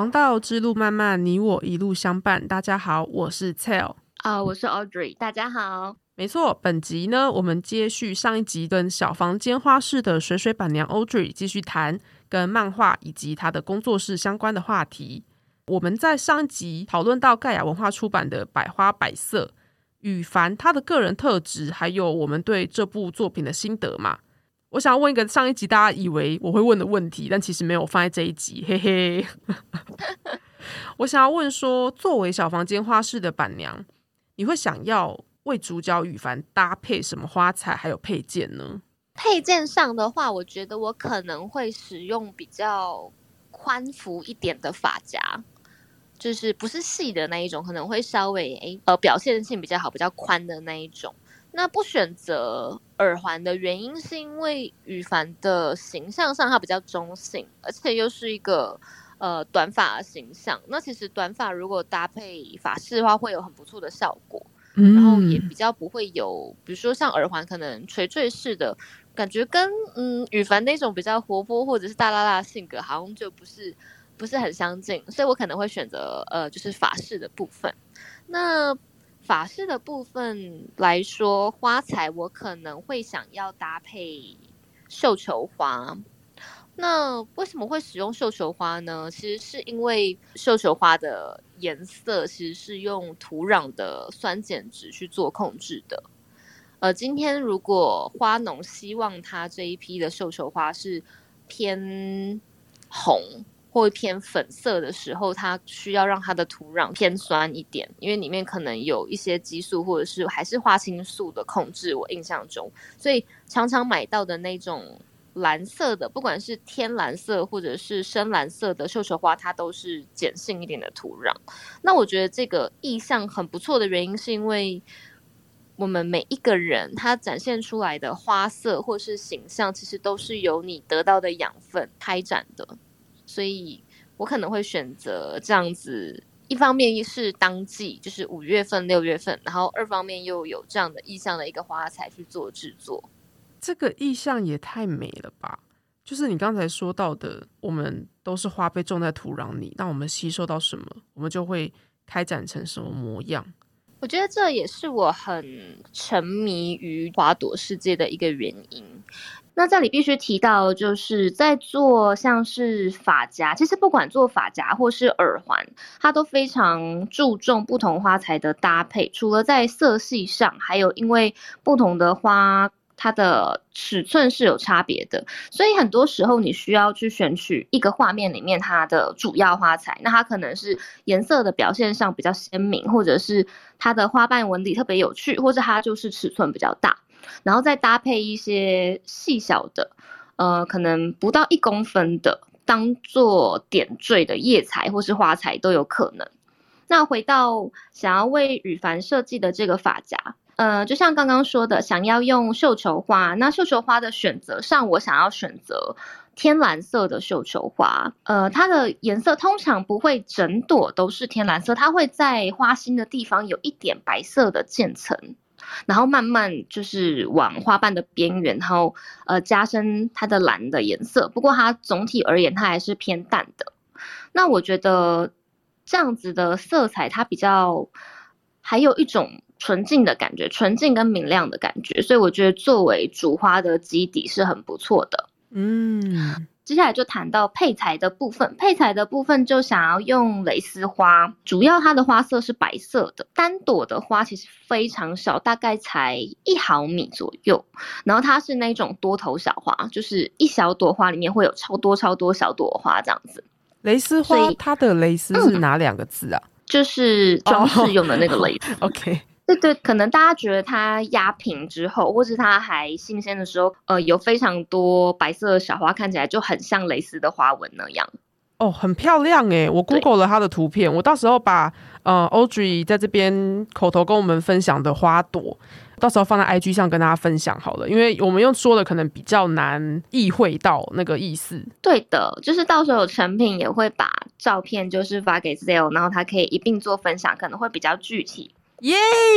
黄道之路漫漫，你我一路相伴。大家好，我是 Tell 我是 Audrey， 大家好。 没错，本集呢，我们接续上一集跟小房间花市的水水板娘 Audrey 继续谈跟漫画以及她的工作室相关的话题。我们在上一集讨论到盖亚文化出版的百花百色，羽凡他的个人特质，还有我们对这部作品的心得嘛。我想要问一个上一集大家以为我会问的问题，但其实没有放在这一集，嘿嘿。我想要问说，作为小房间花市的板娘，你会想要为主角羽凡搭配什么花材还有配件呢？ 配件上的话，我觉得我可能会使用比较宽幅一点的发夹，就是不是细的那一种，可能会稍微表现性比较好、比较宽的那一种。那不选择耳环的原因是因为羽凡的形象上它比较中性，而且又是一个短发的形象。那其实短发如果搭配发饰的话，会有很不错的效果。然后也比较不会有，比如说像耳环可能垂坠式的感觉跟羽凡那种比较活泼或者是大剌剌的性格好像就不是很相近，所以我可能会选择就是法式的部分。那法式的部分来说，花材我可能会想要搭配绣球花。那为什么会使用绣球花呢？其实是因为绣球花的颜色其实是用土壤的酸碱值去做控制的。今天如果花农希望它这一批的绣球花是偏红或偏粉色的时候，它需要让它的土壤偏酸一点，因为里面可能有一些激素或者是还是花青素的控制，我印象中，所以常常买到的那种蓝色的，不管是天蓝色或者是深蓝色的绣球花，它都是碱性一点的土壤。那我觉得这个意象很不错的原因是因为我们每一个人他展现出来的花色或是形象，其实都是由你得到的养分开展的，所以我可能会选择这样子。一方面是当季，就是5月份、6月份，然后二方面又有这样的意象的一个花材去做制作。 这个意象也太美了吧！就是你刚才说到的，我们都是花被种在土壤里，那我们吸收到什么，我们就会开展成什么模样。 我觉得这也是我很沉迷于花朵世界的一个原因。那这里必须提到，就是在做像是发夹，其实不管做发夹或是耳环，它都非常注重不同花材的搭配。除了在色系上，还有因为不同的花它的尺寸是有差别的，所以很多时候你需要去选取一个画面里面它的主要花材，那它可能是颜色的表现上比较鲜明，或者是它的花瓣纹理特别有趣，或者它就是尺寸比较大，然后再搭配一些细小的可能不到1公分的当做点缀的叶材或是花材都有可能。那回到想要为羽凡设计的这个发夹，就像刚刚说的，想要用绣球花，那绣球花的选择上，我想要选择天蓝色的绣球花，它的颜色通常不会整朵都是天蓝色，它会在花心的地方有一点白色的渐层，然后慢慢就是往花瓣的边缘，然后加深它的蓝的颜色。不过它总体而言，它还是偏淡的。那我觉得这样子的色彩，它比较还有一种纯净的感觉，纯净跟明亮的感觉，所以我觉得作为主花的基底是很不错的。接下来就谈到配材的部分，配材的部分就想要用蕾丝花，主要它的花色是白色的，单朵的花其实非常小，大概才1毫米左右，然后它是那种多头小花，就是一小朵花里面会有超多小朵花这样子。 蕾丝花它的蕾丝是哪2个字啊？ 就是装饰用的那个蕾丝。 OK。 对，可能大家觉得它压平之后，或是它还新鲜的时候，有非常多白色的小花，看起来就很像蕾丝的花纹那样。 很漂亮耶！我 Google 了它的图片，我到时候把Audrey 在这边口头跟我们分享的花朵，到时候放在 IG 上跟大家分享好了，因为我们用说的可能比较难意会到那个意思。对的，就是到时候有成品也会把照片就是发给 Zell， 然后他可以一并做分享，可能会比较具体。 耶！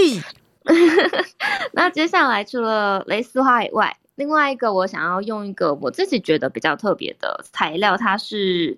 那接下来除了蕾丝花以外，另外一个我想要用一个我自己觉得比较特别的材料，它是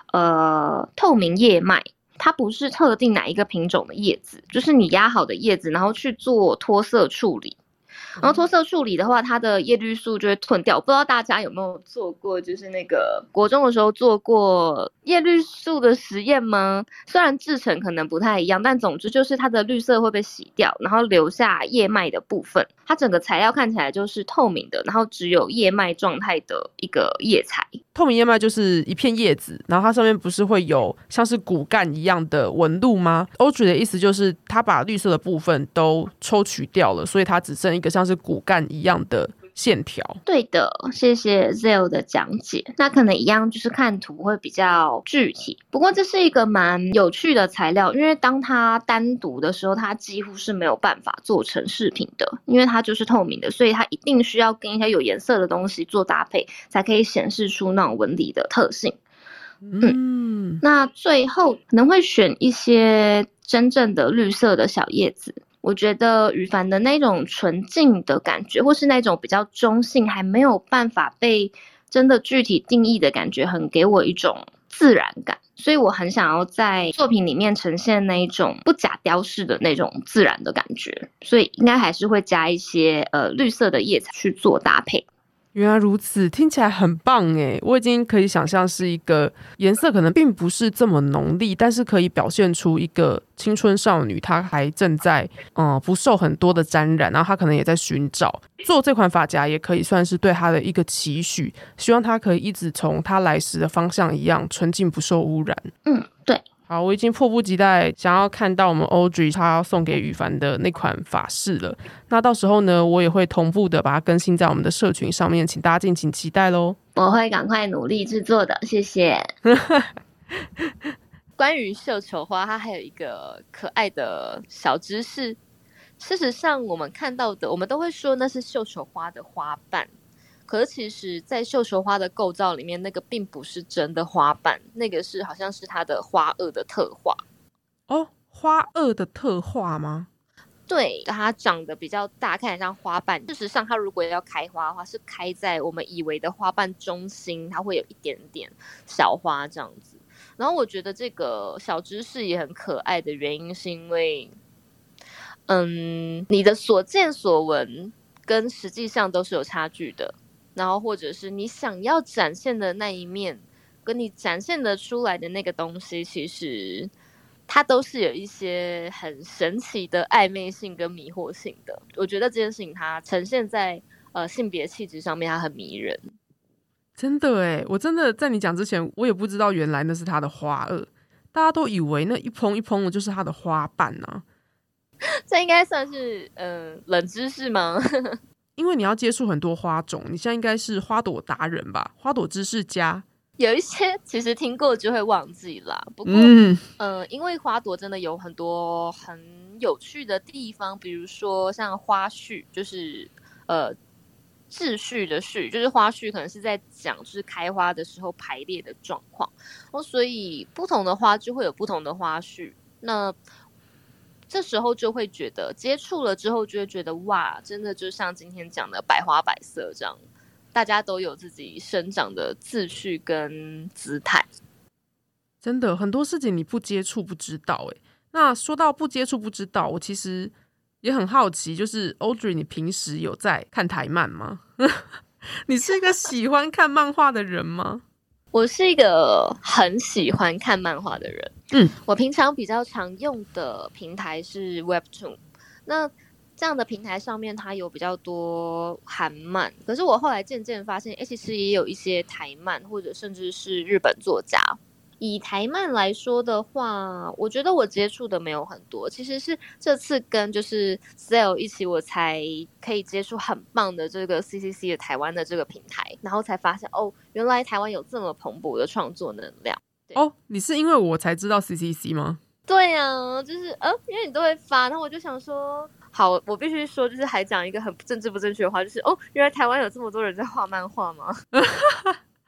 透明叶脉。它不是特定哪一个品种的叶子，就是你压好的叶子，然后去做脱色处理。然后脱色处理的话，它的叶绿素就会褪掉。不知道大家有没有做过，就是那个国中的时候做过叶绿素的实验吗？虽然制成可能不太一样，但总之就是它的绿色会被洗掉，然后留下叶脉的部分。它整个材料看起来就是透明的，然后只有叶脉状态的一个叶材。 透明叶脉就是一片叶子，然后它上面不是会有像是骨干一样的纹路吗？ Audrey 的意思就是它把绿色的部分都抽取掉了，所以它只剩一个像是骨干一样的线条。 对的，谢谢 Zell 的讲解。那可能一样就是看图会比较具体，不过这是一个蛮有趣的材料，因为当它单独的时候，它几乎是没有办法做成饰品的，因为它就是透明的，所以它一定需要跟一些有颜色的东西做搭配，才可以显示出那种纹理的特性。那最后可能会选一些真正的绿色的小叶子。我觉得羽凡的那种纯净的感觉，或是那种比较中性还没有办法被真的具体定义的感觉，很给我一种自然感，所以我很想要在作品里面呈现那一种不假雕饰的那种自然的感觉，所以应该还是会加一些绿色的叶材去做搭配。 原来如此，听起来很棒耶！我已经可以想象是一个颜色可能并不是这么浓丽，但是可以表现出一个青春少女，她还正在不受很多的沾染，然后她可能也在寻找。做这款发夹也可以算是对她的一个期许，希望她可以一直从她来时的方向一样纯净不受污染。 对。 好，我已经迫不及待想要看到我们 Audrey 她要送给羽凡的那款发饰了。那到时候呢，我也会同步的把它更新在我们的社群上面，请大家敬请期待咯。 我会赶快努力制作的，谢谢。 关于绣球花，它还有一个可爱的小知识。事实上，我们看到的，我们都会说那是绣球花的花瓣。可是其实在绣球花的构造里面，那个并不是真的花瓣，那个是好像是它的花萼的特化。 哦，花萼的特化吗？ 对，它长得比较大，看起来像花瓣。事实上，它如果要开花的话，是开在我们以为的花瓣中心，它会有一点点小花这样子。然后我觉得这个小知识也很可爱的原因，是因为，你的所见所闻跟实际上都是有差距的。然后或者是你想要展现的那一面，跟你展现的出来的那个东西，其实它都是有一些很神奇的暧昧性跟迷惑性的。我觉得这件事情它呈现在性别气质上面，它很迷人。 真的耶，我真的在你讲之前，我也不知道原来那是它的花萼，大家都以为那一蓬一蓬的就是它的花瓣啊。 这应该算是冷知识吗？ 因为你要接触很多花种，你现在应该是花朵达人吧，花朵知识家。 有一些其实听过就会忘记啦，不过因为花朵真的有很多很有趣的地方，比如说像花序，就是秩序的序，就是花序可能是在讲就是开花的时候排列的状况，所以不同的花就会有不同的花序。那这时候就会觉得接触了之后就会觉得哇，真的就像今天讲的百花百色这样，大家都有自己生长的秩序跟姿态。 真的很多事情你不接触不知道耶。那说到不接触不知道，我其实也很好奇，就是 Audrey 你平时有在看台漫吗？你是一个喜欢看漫画的人吗？ 我是一个很喜欢看漫画的人。我平常比较常用的平台是 Webtoon。那这样的平台上面它有比较多韩漫，可是我后来渐渐发现，其实也有一些台漫或者甚至是日本作家。以台漫来说的话，我觉得我接触的没有很多，其实是这次跟就是 Zell 一起，我才可以接触很棒的这个 CCC 的台湾的这个平台，然后才发现原来台湾有这么蓬勃的创作能量。 你是因为我才知道 CCC 吗？ 对啊，就是因为你都会发，然后我就想说，好，我必须说，就是还讲一个很政治不正确的话，就是原来台湾有这么多人在画漫画吗？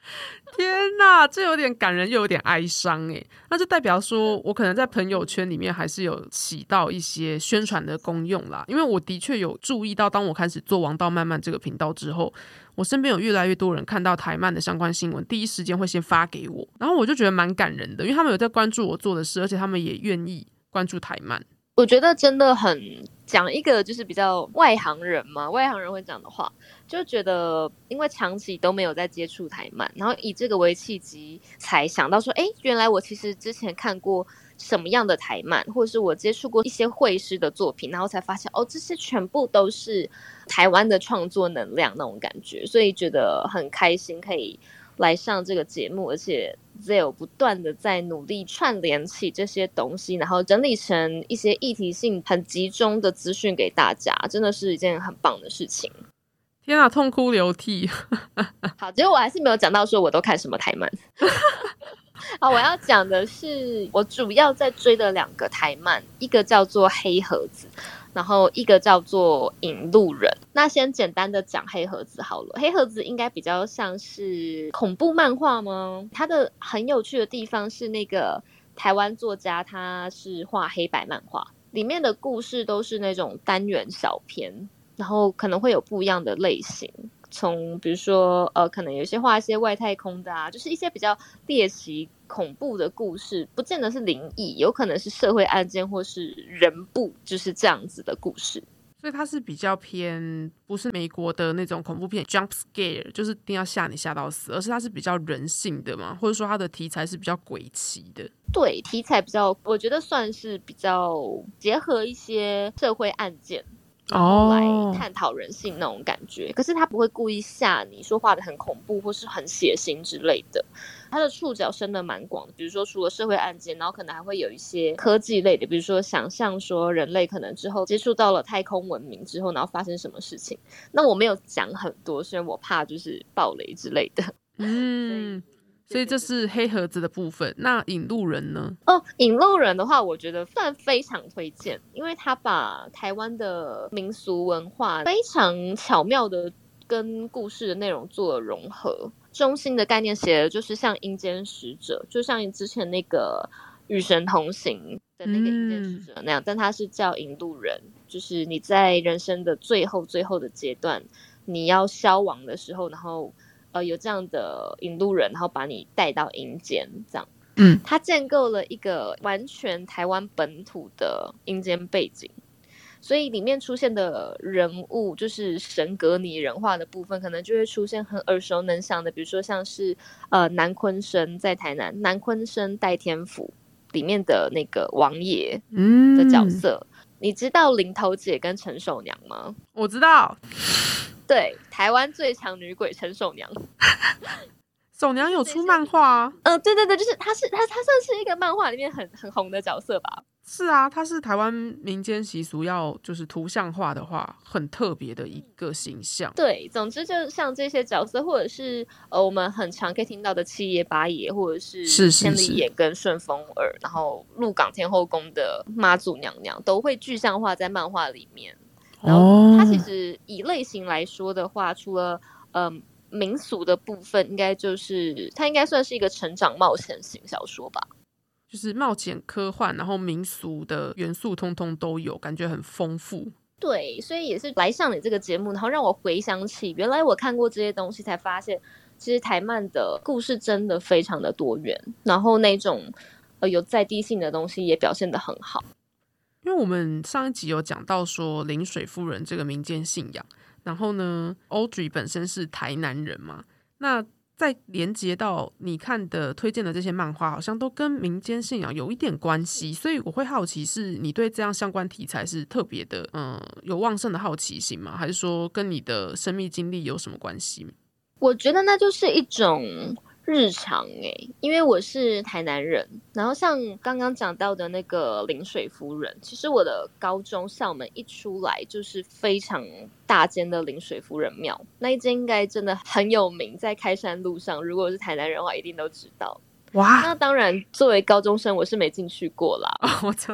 天哪，这有点感人又有点哀伤耶。那就代表说我可能在朋友圈里面还是有起到一些宣传的功用啦，因为我的确有注意到，当我开始做王道漫漫这个频道之后，我身边有越来越多人看到台漫的相关新闻，第一时间会先发给我，然后我就觉得蛮感人的，因为他们有在关注我做的事，而且他们也愿意关注台漫。 我觉得真的很讲一个就是比较外行人嘛，外行人会讲的话，就觉得因为长期都没有在接触台漫，然后以这个为契机才想到说，原来我其实之前看过什么样的台漫，或者是我接触过一些绘师的作品，然后才发现这些全部都是台湾的创作能量那种感觉，所以觉得很开心可以来上这个节目，而且 Zale 不断的在努力串联起这些东西，然后整理成一些议题性很集中的资讯给大家，真的是一件很棒的事情。 天啊，痛哭流涕。 好，结果我还是没有讲到说我都看什么台漫。好，我要讲的是我主要在追的2个台漫，一个叫做黑盒子，然后一个叫做引路人。那先简单的讲黑盒子好了。黑盒子应该比较像是恐怖漫画吗？它的很有趣的地方是那个台湾作家他是画黑白漫画，里面的故事都是那种单元小篇，然后可能会有不一样的类型，从比如说可能有些画一些外太空的啊，就是一些比较猎奇恐怖的故事，不见得是灵异，有可能是社会案件或是人部，就是这样子的故事。 所以它是比较偏不是美国的那种恐怖片 jump scare， 就是一定要吓你吓到死，而是它是比较人性的嘛，或者说它的题材是比较诡奇的。 对，题材比较我觉得算是比较结合一些社会案件然后来探讨人性那种感觉，可是他不会故意吓你说画的很恐怖或是很血腥之类的，他的触角伸得蛮广的，比如说除了社会案件，然后可能还会有一些科技类的，比如说想象说人类可能之后接触到了太空文明之后然后发生什么事情，那我没有讲很多，所以我怕就是爆雷之类的。 所以这是黑盒子的部分。那引路人呢？ 引路人的话我觉得算非常推荐，因为他把台湾的民俗文化非常巧妙的跟故事的内容做了融合，中心的概念写的就是像阴间使者，就像之前那个与神同行的那个阴间使者那样，但他是叫引路人，就是你在人生的最后的阶段你要消亡的时候，然后有这样的引路人，然后把你带到阴间这样。他建构了一个完全台湾本土的阴间背景，所以里面出现的人物就是神格拟人化的部分，可能就会出现很耳熟能详的，比如说像是南昆生，在台南南昆生代天府里面的那个王爷的角色。你知道林头姐跟陈守娘吗？ 我知道， 对，台湾最强女鬼陈守娘。 守娘有出漫画啊？ 对对对，就是她算是一个漫画里面很红的角色吧。 是啊，它是台湾民间习俗要就是图像化的话很特别的一个形象。 对，总之就像这些角色，或者是我们很常可以听到的七爷八爷，或者是千里眼跟顺风耳，然后鹿港天后宫的妈祖娘娘都会具象化在漫画里面。然后它其实以类型来说的话，除了民俗的部分，应该就是它应该算是一个成长冒险型小说吧， 就是冒险科幻，然后民俗的元素通通都有，感觉很丰富。 对，所以也是来上你这个节目，然后让我回想起原来我看过这些东西，才发现其实台漫的故事真的非常的多元，然后那种有在地性的东西也表现得很好。 因为我们上一集有讲到说临水夫人这个民间信仰，然后呢 Audrey 本身是台南人嘛，那再连接到你看的推荐的这些漫画好像都跟民间信仰有一点关系，所以我会好奇是你对这样相关题材是特别的有旺盛的好奇心吗？还是说跟你的生命经历有什么关系？ 我觉得那就是一种日常因为我是台南人，然后像刚刚讲到的那个临水夫人，其实我的高中校门一出来就是非常大间的临水夫人庙，那一间应该真的很有名，在开山路上，如果是台南人的话一定都知道。哇，那当然作为高中生我是没进去过啦。 我这样子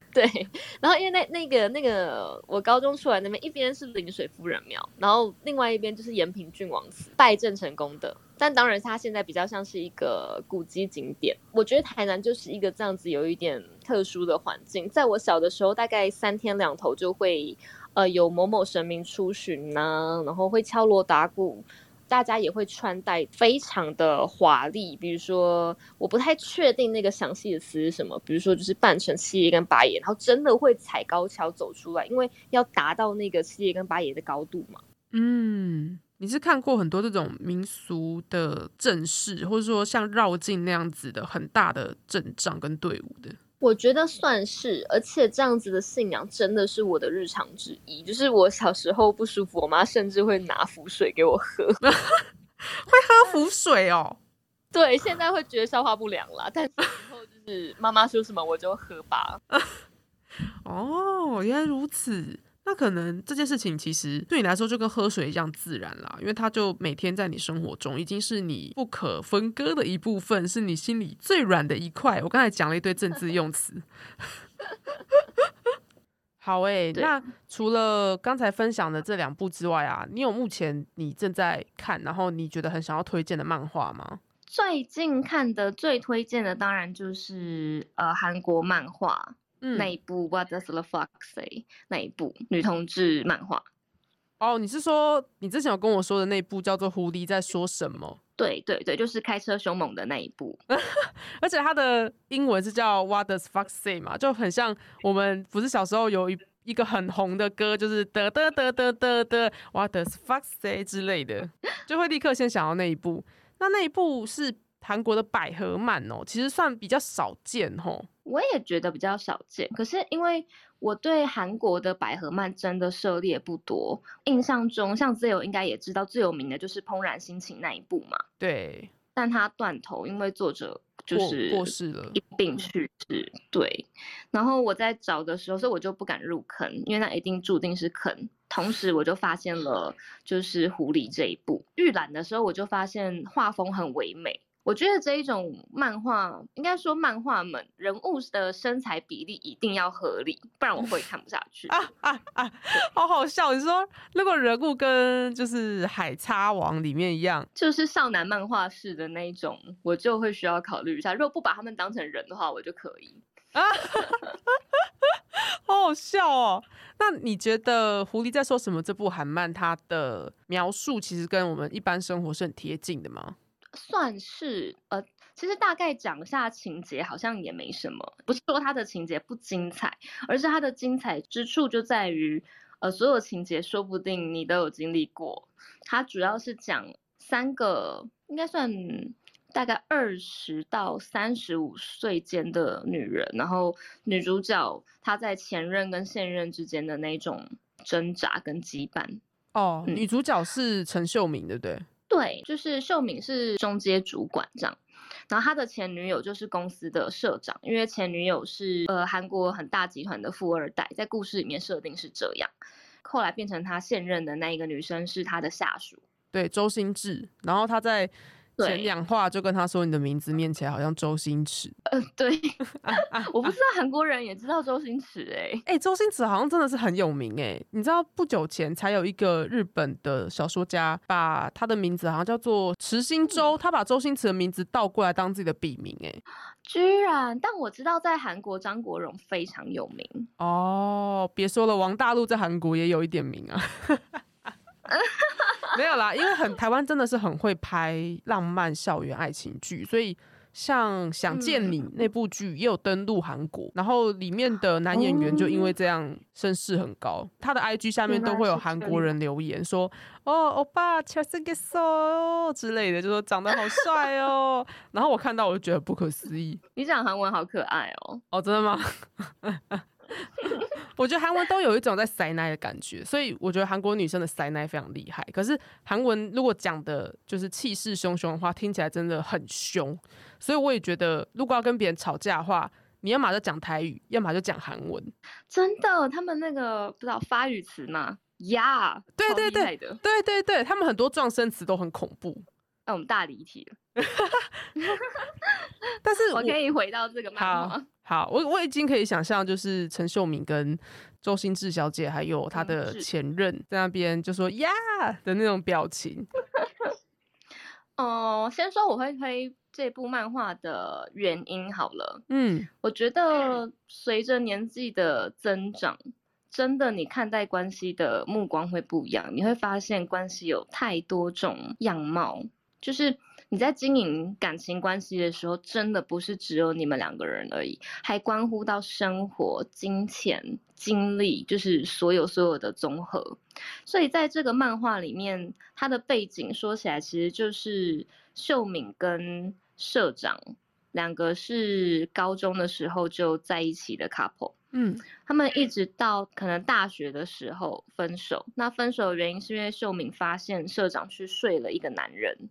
对，然后因为那个我高中出来那边一边是临水夫人庙，然后另外一边就是延平郡王祠，拜郑成功的。但当然它现在比较像是一个古迹景点。我觉得台南就是一个这样子有一点特殊的环境。在我小的时候，大概3天2头就会有某某神明出巡啊，然后会敲锣打鼓。大家也会穿戴非常的华丽，比如说我不太确定那个详细的词是什么，比如说就是扮成七爷跟八爷，然后真的会踩高跷走出来，因为要达到那个七爷跟八爷的高度嘛。 你是看过很多这种民俗的阵势，或者说像绕境那样子的很大的阵仗跟队伍的？ 我觉得算是，而且这样子的信仰真的是我的日常之一。就是我小时候不舒服，我妈甚至会拿符水给我喝。会喝符水哦？ 对，现在会觉得消化不良啦，但是以后就是妈妈说什么我就喝吧。 哦，原来如此。那可能这件事情其实对你来说就跟喝水一样自然啦，因为它就每天在你生活中已经是你不可分割的一部分，是你心里最软的一块。我刚才讲了一堆政治用词。好那除了刚才分享的这2部之外啊，你有目前你正在看，然后你觉得很想要推荐的漫画吗？ 最近看的最推荐的当然就是韩国漫画。那一部 What Does the Fox Say 那一部女同志漫画。 哦，你是说你之前有跟我说的那一部叫做《狐狸在说什么》？ 对对对，就是开车凶猛的那一部。 而且它的英文是叫 What Does Fox Say 嘛，就很像我们不是小时候有一个很红的歌，就是的 What Does Fox Say 之类的，就会立刻先想到那一部。那一部是韩国的百合漫哦，其实算比较少见哦。 我也觉得比较少见，可是因为我对韩国的百合漫真的涉猎不多，印象中像自由应该也知道最有名的就是《怦然心情》那一部嘛。 对， 但他断头，因为作者就是过世了， 一并去世。对，然后我在找的时候，所以我就不敢入坑，因为那一定注定是坑。同时我就发现了就是狐狸这一部，预览的时候我就发现画风很唯美。我觉得这一种漫画，应该说漫画们人物的身材比例一定要合理，不然我会看不下去。 好好笑！你说如果人物跟就是海叉王里面一样， 就是少男漫画式的那一种，我就会需要考虑一下。如果不把他们当成人的话，我就可以。 好好笑哦！那你觉得《狐狸在说什么》这部韩漫，它的描述其实跟我们一般生活是很贴近的吗？ 算是其实大概讲一下情节好像也没什么，不是说它的情节不精彩，而是它的精彩之处就在于所有情节说不定你都有经历过。它主要是讲3个应该算大概20到35岁间的女人，然后女主角她在前任跟现任之间的那种挣扎跟羁绊。 女主角是陈秀敏对不对？ 对，就是秀敏是中阶主管这样，然后他的前女友就是公司的社长，因为前女友是韩国很大集团的富二代，在故事里面设定是这样。后来变成他现任的那一个女生是他的下属， 对，周星驰，然后他在前2话就跟他说你的名字念起来好像周星驰。 对，我不知道韩国人也知道周星驰周星驰好像真的是很有名你知道不久前才有一个日本的小说家把他的名字好像叫做池星周，他把周星驰的名字倒过来当自己的笔名居然！但我知道在韩国张国荣非常有名哦。别说了，王大陆在韩国也有一点名啊。没有啦，因为台湾真的是很会拍浪漫校园爱情剧，所以像想见你那部剧也有登陆韩国，然后里面的男演员就因为这样声势很高，他的 IG 下面都会有韩国人留言说欧巴잘생겼어之类的，就说长得好帅哦。然后我看到我就觉得不可思议， 你讲韩文好可爱哦。 真的吗？我觉得韩文都有一种在塞奶的感觉，所以我觉得韩国女生的塞奶非常厉害。可是韩文如果讲的就是气势汹汹的话，听起来真的很凶。所以我也觉得，如果要跟别人吵架的话，你要么就讲台语，要么就讲韩文。 真的，他们那个不知道发语词嘛呀， 对对对，对对对，他们很多撞声词都很恐怖。 我们大离题了。 但是我可以回到这个漫画。 好，我已经可以想象，就是陈秀敏跟周星智小姐还有她的前任在那边就说呀的那种表情。 先说我会推这部漫画的原因好了。我觉得随着年纪的增长，真的你看待关系的目光会不一样，你会发现关系有太多种样貌，就是你在经营感情关系的时候，真的不是只有你们两个人而已，还关乎到生活、金钱、精力，就是所有的综合。所以在这个漫画里面，它的背景说起来其实就是秀敏跟社长两个是高中的时候就在一起的 couple。他们一直到可能大学的时候分手。那分手的原因是因为秀敏发现社长去睡了一个男人。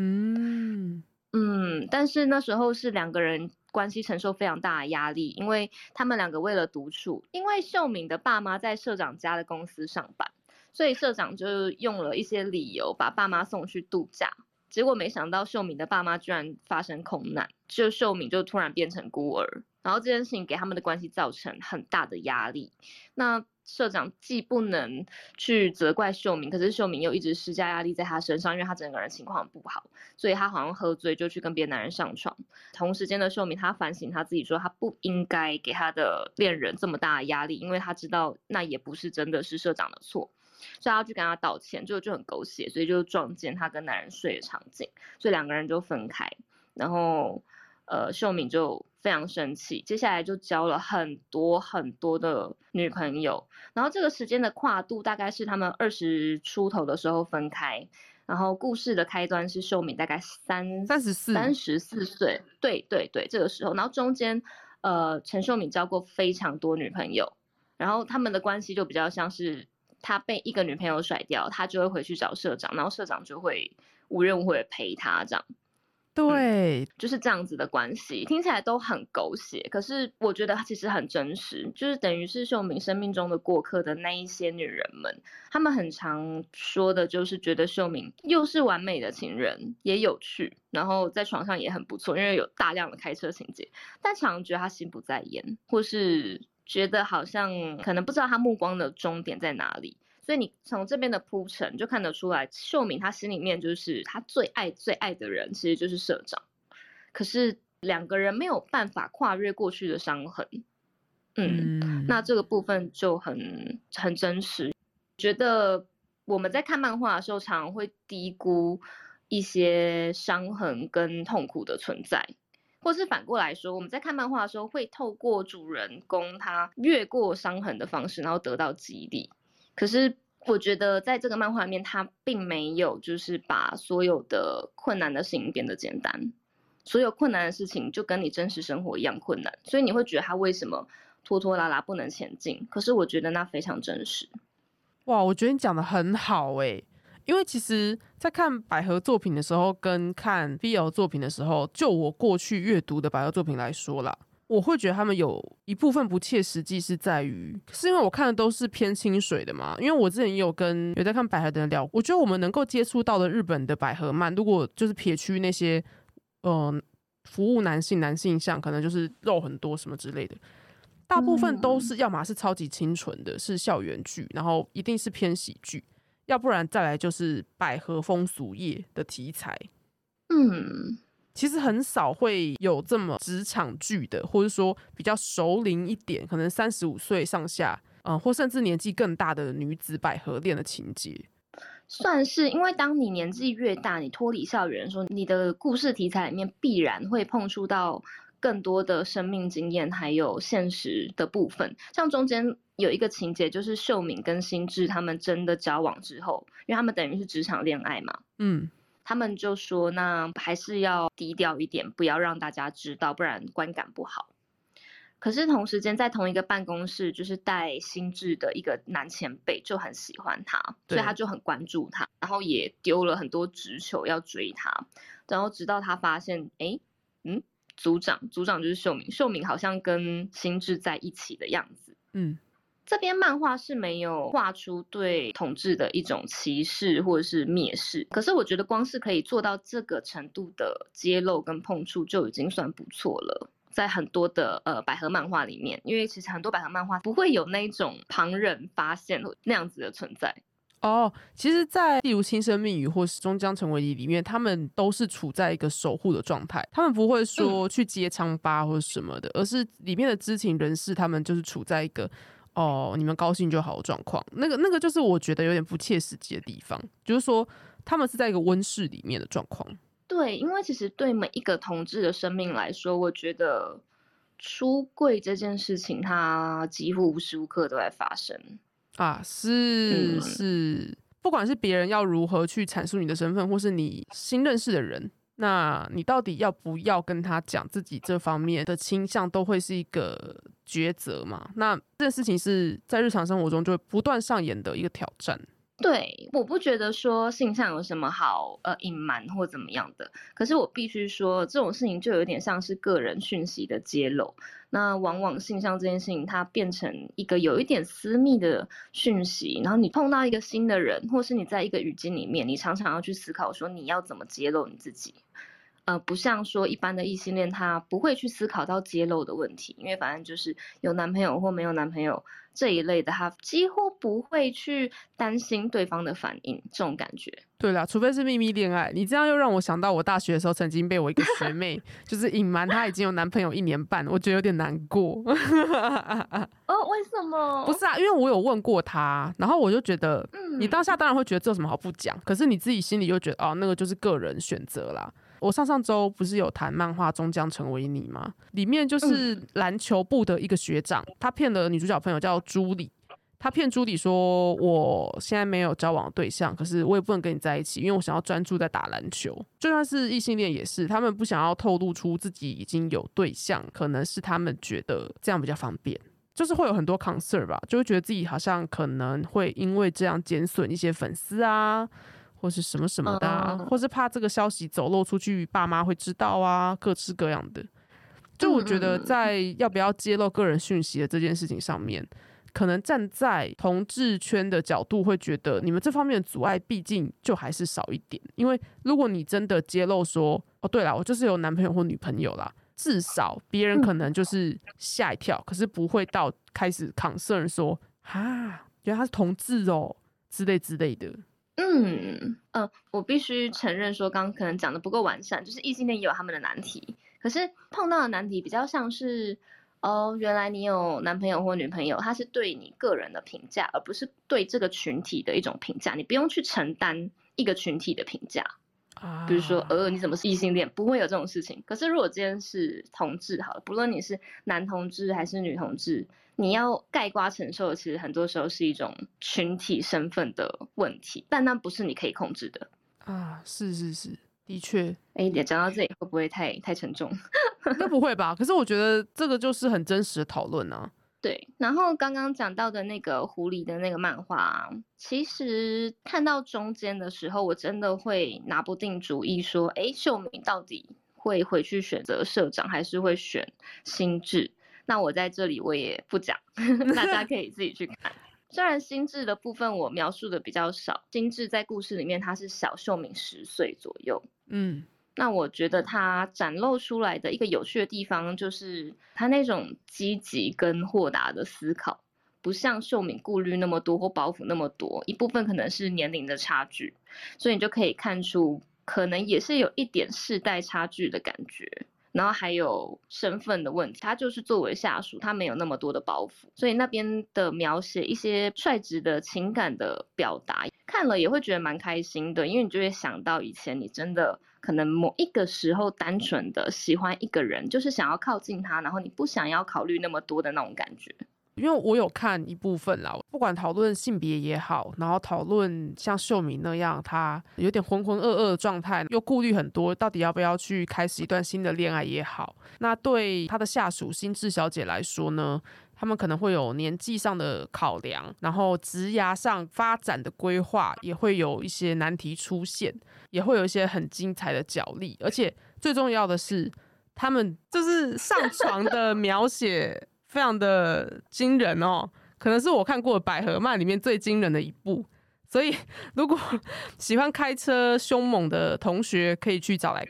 但是那时候是两个人关系承受非常大的压力，因为他们两个为了独处，因为秀敏的爸妈在社长家的公司上班，所以社长就用了一些理由把爸妈送去度假。结果没想到秀敏的爸妈居然发生空难，就秀敏就突然变成孤儿，然后这件事情给他们的关系造成很大的压力。那社长既不能去责怪秀敏，可是秀敏又一直施加压力在他身上，因为他整个人情况不好，所以他好像喝醉就去跟别的男人上床。同时间的秀敏他反省他自己，说他不应该给他的恋人这么大的压力，因为他知道那也不是真的是社长的错，所以他要去跟他道歉，就很狗血，所以就撞见他跟男人睡的场景，所以两个人就分开。然后秀敏就非常生气，接下来就交了很多很多的女朋友，然后这个时间的跨度大概是他们20出头的时候分开，然后故事的开端是秀敏大概34岁，对对对，这个时候，然后中间陈秀敏交过非常多女朋友，然后他们的关系就比较像是他被一个女朋友甩掉，他就会回去找社长，然后社长就会无怨无悔陪他这样。 对， 就是这样子的关系，听起来都很狗血，可是我觉得其实很真实，就是等于是秀敏生命中的过客的那一些女人们，她们很常说的就是觉得秀敏又是完美的情人，也有趣，然后在床上也很不错，因为有大量的开车情节，但常觉得她心不在焉，或是觉得好像可能不知道她目光的终点在哪里。所以你从这边的铺陈就看得出来，秀敏她心里面就是她最爱最爱的人其实就是社长，可是两个人没有办法跨越过去的伤痕。那这个部分就很真实。觉得我们在看漫画的时候常常会低估一些伤痕跟痛苦的存在，或是反过来说，我们在看漫画的时候会透过主人公他越过伤痕的方式，然后得到激励。可是我觉得在这个漫画里面，他并没有就是把所有的困难的事情变得简单，所有困难的事情就跟你真实生活一样困难，所以你会觉得他为什么拖拖拉拉不能前进，可是我觉得那非常真实。 哇，我觉得你讲得很好欸，因为其实在看百合作品的时候跟看 BL 作品的时候，就我过去阅读的百合作品来说啦，我会觉得他们有一部分不切实际是在于，是因为我看的都是偏清水的嘛。因为我之前也有跟有在看百合的人聊，我觉得我们能够接触到的日本的百合漫，如果就是撇去那些服务男性向，可能就是肉很多什么之类的，大部分都是要么是超级清纯的，是校园剧，然后一定是偏喜剧，要不然再来就是百合风俗业的题材。其实很少会有这么职场剧的，或者说比较熟龄一点，可能35岁上下，或甚至年纪更大的女子百合恋的情节。 算是，因为当你年纪越大，你脱离校园的时候，你的故事题材里面必然会碰触到更多的生命经验，还有现实的部分。像中间有一个情节，就是秀敏跟心智他们真的交往之后，因为他们等于是职场恋爱嘛，他们就说那还是要低调一点，不要让大家知道，不然观感不好。可是同时间在同一个办公室，就是带心智的一个男前辈就很喜欢他，所以他就很关注他，然后也丢了很多直球要追他，然后直到他发现组长就是秀敏好像跟心智在一起的样子。这边漫画是没有画出对统治的一种歧视或者是蔑视，可是我觉得光是可以做到这个程度的揭露跟碰触就已经算不错了。 在很多的百合漫画里面，因为其实很多百合漫画不会有那种旁人发现那样子的存在。 其实在例如轻声密语或是终将成为你里面，他们都是处在一个守护的状态，他们不会说去揭疮疤或者什么的，而是里面的知情人士他们就是处在一个你们高兴就好的状况，那个就是我觉得有点不切实际的地方，就是说他们是在一个温室里面的状况。 对，因为其实对每一个同志的生命来说，我觉得出柜这件事情它几乎无时无刻都在发生啊，是，不管是别人要如何去阐述你的身份，或是你新认识的人，那你到底要不要跟他讲自己这方面的倾向，都会是一个抉择嘛。那这件事情是在日常生活中就会不断上演的一个挑战。 对，我不觉得说性向有什么好隐瞒或怎么样的，可是我必须说这种事情就有点像是个人讯息的揭露，那往往性向这件事情它变成一个有一点私密的讯息，然后你碰到一个新的人，或是你在一个语境里面，你常常要去思考说你要怎么揭露你自己。不像说一般的异性恋他不会去思考到揭露的问题，因为反正就是有男朋友或没有男朋友这一类的，他几乎不会去担心对方的反应，这种感觉。 对啦，除非是秘密恋爱。你这样又让我想到我大学的时候曾经被我一个学妹就是隐瞒她已经有男朋友1年半，我觉得有点难过为什么？ 不是啊，因为我有问过她，然后我就觉得你当下当然会觉得这有什么好不讲，可是你自己心里就觉得那个就是个人选择啦。我上周不是有谈漫画终将成为你吗？里面就是篮球部的一个学长，他骗了女主角朋友叫朱莉，他骗朱莉说我现在没有交往的对象，可是我也不能跟你在一起，因为我想要专注在打篮球。就算是异性恋也是，他们不想要透露出自己已经有对象，可能是他们觉得这样比较方便，就是会有很多 concern 吧，就会觉得自己好像可能会因为这样减损一些粉丝啊，或是什么什么的啊，或是怕这个消息走漏出去爸妈会知道啊，各式各样的。就我觉得在要不要揭露个人讯息的这件事情上面，可能站在同志圈的角度会觉得你们这方面的阻碍毕竟就还是少一点，因为如果你真的揭露说对啦，我就是有男朋友或女朋友啦，至少别人可能就是吓一跳，可是不会到开始 concern 说原来他是同志之类之类的。 我必须承认说刚刚可能讲的不够完善，就是异性恋也有他们的难题，可是碰到的难题比较像是原来你有男朋友或女朋友，他是对你个人的评价，而不是对这个群体的一种评价，你不用去承担一个群体的评价。比如说你怎么是异性恋，不会有这种事情。可是如果今天是同志好了，不论你是男同志还是女同志，你要概括承受的其实很多时候是一种群体身份的问题，但那不是你可以控制的是的确。 讲到这里会不会太沉重？ 应该不会吧，可是我觉得这个就是很真实的讨论啊。 对，然后刚刚讲到的那个狐狸的那个漫画，其实看到中间的时候，我真的会拿不定主意说秀敏到底会回去选择社长还是会选心智。那我在这里我也不讲大家可以自己去看。虽然心智的部分我描述的比较少，心智在故事里面他是小秀敏10岁左右。那我觉得他展露出来的一个有趣的地方，就是他那种积极跟豁达的思考，不像秀敏顾虑那么多或包袱那么多，一部分可能是年龄的差距，所以你就可以看出可能也是有一点世代差距的感觉，然后还有身份的问题，他就是作为下属，他没有那么多的包袱，所以那边的描写一些率直的情感的表达，看了也会觉得蛮开心的，因为你就会想到以前你真的可能某一个时候单纯的喜欢一个人，就是想要靠近他，然后你不想要考虑那么多的那种感觉。 因为我有看一部分啦，不管讨论性别也好，然后讨论像秀敏那样他有点浑浑噩噩的状态，又顾虑很多到底要不要去开始一段新的恋爱也好，那对他的下属心智小姐来说呢，他们可能会有年纪上的考量，然后职涯上发展的规划也会有一些难题出现，也会有一些很精彩的角力，而且最重要的是他们就是上床的描写非常的惊人可能是我看过的百合漫里面最惊人的一部，所以如果喜欢开车凶猛的同学可以去找来看。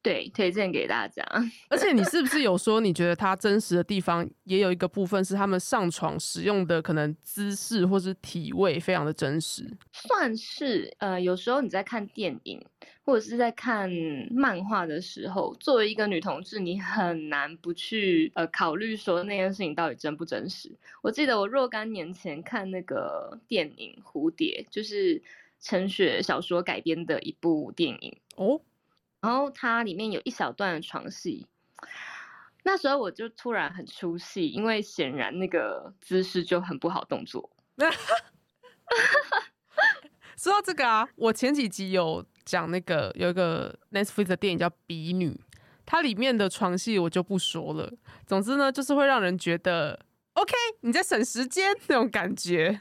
对，推荐给大家。 而且你是不是有说你觉得它真实的地方也有一个部分是他们上床使用的可能姿势或是体位非常的真实？ 算是有时候你在看电影或者是在看漫画的时候，作为一个女同志，你很难不去考虑说那件事情到底真不真实。我记得我若干年前看那个电影《蝴蝶》，就是陈雪小说改编的一部电影哦。然后它里面有一小段的床戏，那时候我就突然很出戏，因为显然那个姿势就很不好动作。 说到这个啊，我前几集有讲那个有一个 Netflix 的电影叫《比女》，它里面的床戏我就不说了。总之呢，就是会让人觉得 OK 你在省时间那种感觉。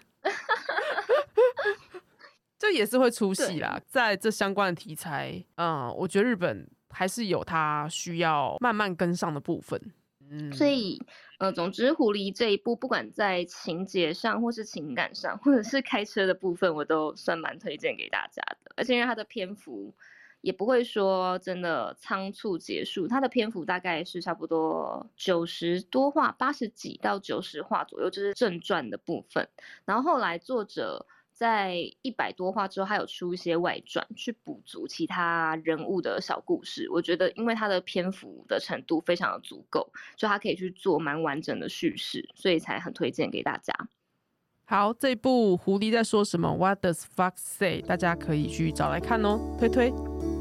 就也是会出戏啦，在这相关的题材，我觉得日本还是有它需要慢慢跟上的部分。 所以总之狐狸这一部不管在情节上或是情感上或者是开车的部分，我都算蛮推荐给大家的。而且因为它的篇幅也不会说真的仓促结束，它的篇幅大概是差不多90多话，80几到90话左右，就是正传的部分。然后后来作者在100多话之后，还有出一些外传去补足其他人物的小故事。我觉得因为它的篇幅的程度非常的足够，所以它可以去做蛮完整的叙事，所以才很推荐给大家。 好，这部狐狸在说什么 What does Fox say 大家可以去找来看哦，推推。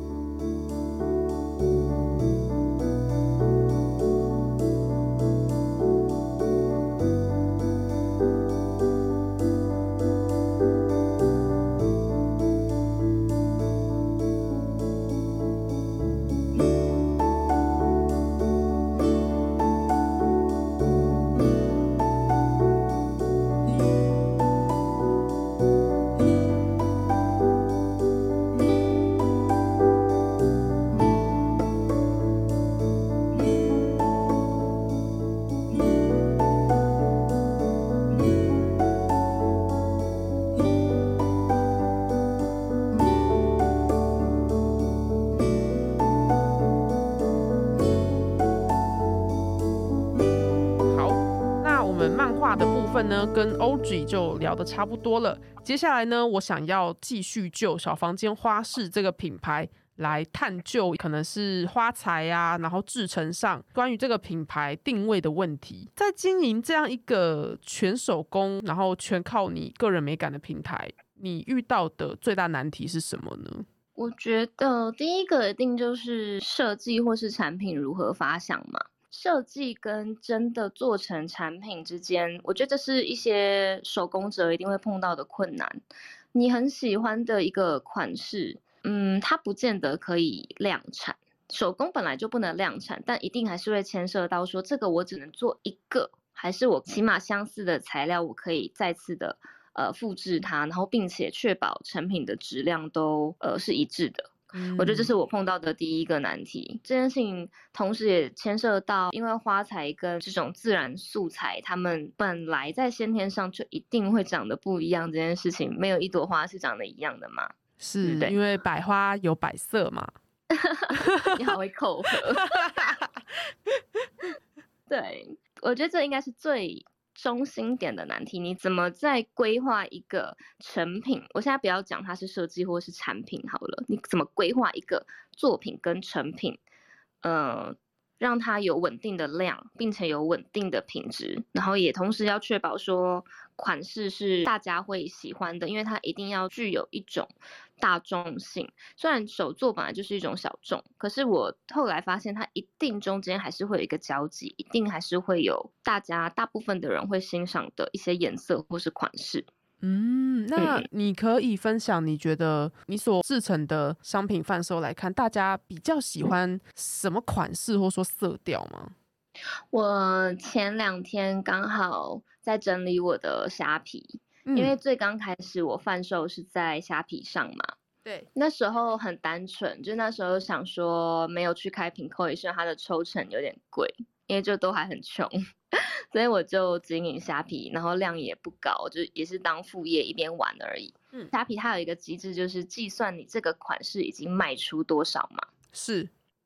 跟 OG 就聊得差不多了，接下来呢，我想要继续就小房间花市这个品牌来探究，可能是花材啊，然后制程上关于这个品牌定位的问题。在经营这样一个全手工，然后全靠你个人美感的平台，你遇到的最大难题是什么呢？ 我觉得第一个一定就是设计或是产品如何发想嘛。设计跟真的做成产品之间，我觉得这是一些手工者一定会碰到的困难。你很喜欢的一个款式，它不见得可以量产。手工本来就不能量产，但一定还是会牵涉到说，这个我只能做一个，还是我起码相似的材料，我可以再次的复制它，然后并且确保成品的质量都是一致的。我觉得这是我碰到的第一个难题。这件事情同时也牵涉到，因为花材跟这种自然素材，它们本来在先天上就一定会长得不一样。这件事情没有一朵花是长得一样的嘛？ 是因为百花有百色嘛？ 你好会扣合。对，我觉得这应该是最中心点的难题，你怎么在规划一个成品？我现在不要讲它是设计或是产品好了，你怎么规划一个作品跟成品，让它有稳定的量，并且有稳定的品质，然后也同时要确保说款式是大家会喜欢的，因为它一定要具有一种大众性。虽然手作本来就是一种小众，可是我后来发现它一定中间还是会有一个交集，一定还是会有大部分的人会欣赏的一些颜色或是款式。 那你可以分享你觉得你所制成的商品贩售来看，大家比较喜欢什么款式或说色调吗？ 我前2天刚好在整理我的虾皮，因为最刚开始我贩售是在虾皮上嘛。 对， 那时候很单纯，就那时候想说没有去开平扣，也是它的抽成有点贵，因为就都还很穷。所以我就经营虾皮，然后量也不高，就也是当副业一边玩而已。虾皮它有一个机制，就是计算你这个款式已经卖出多少嘛。 是，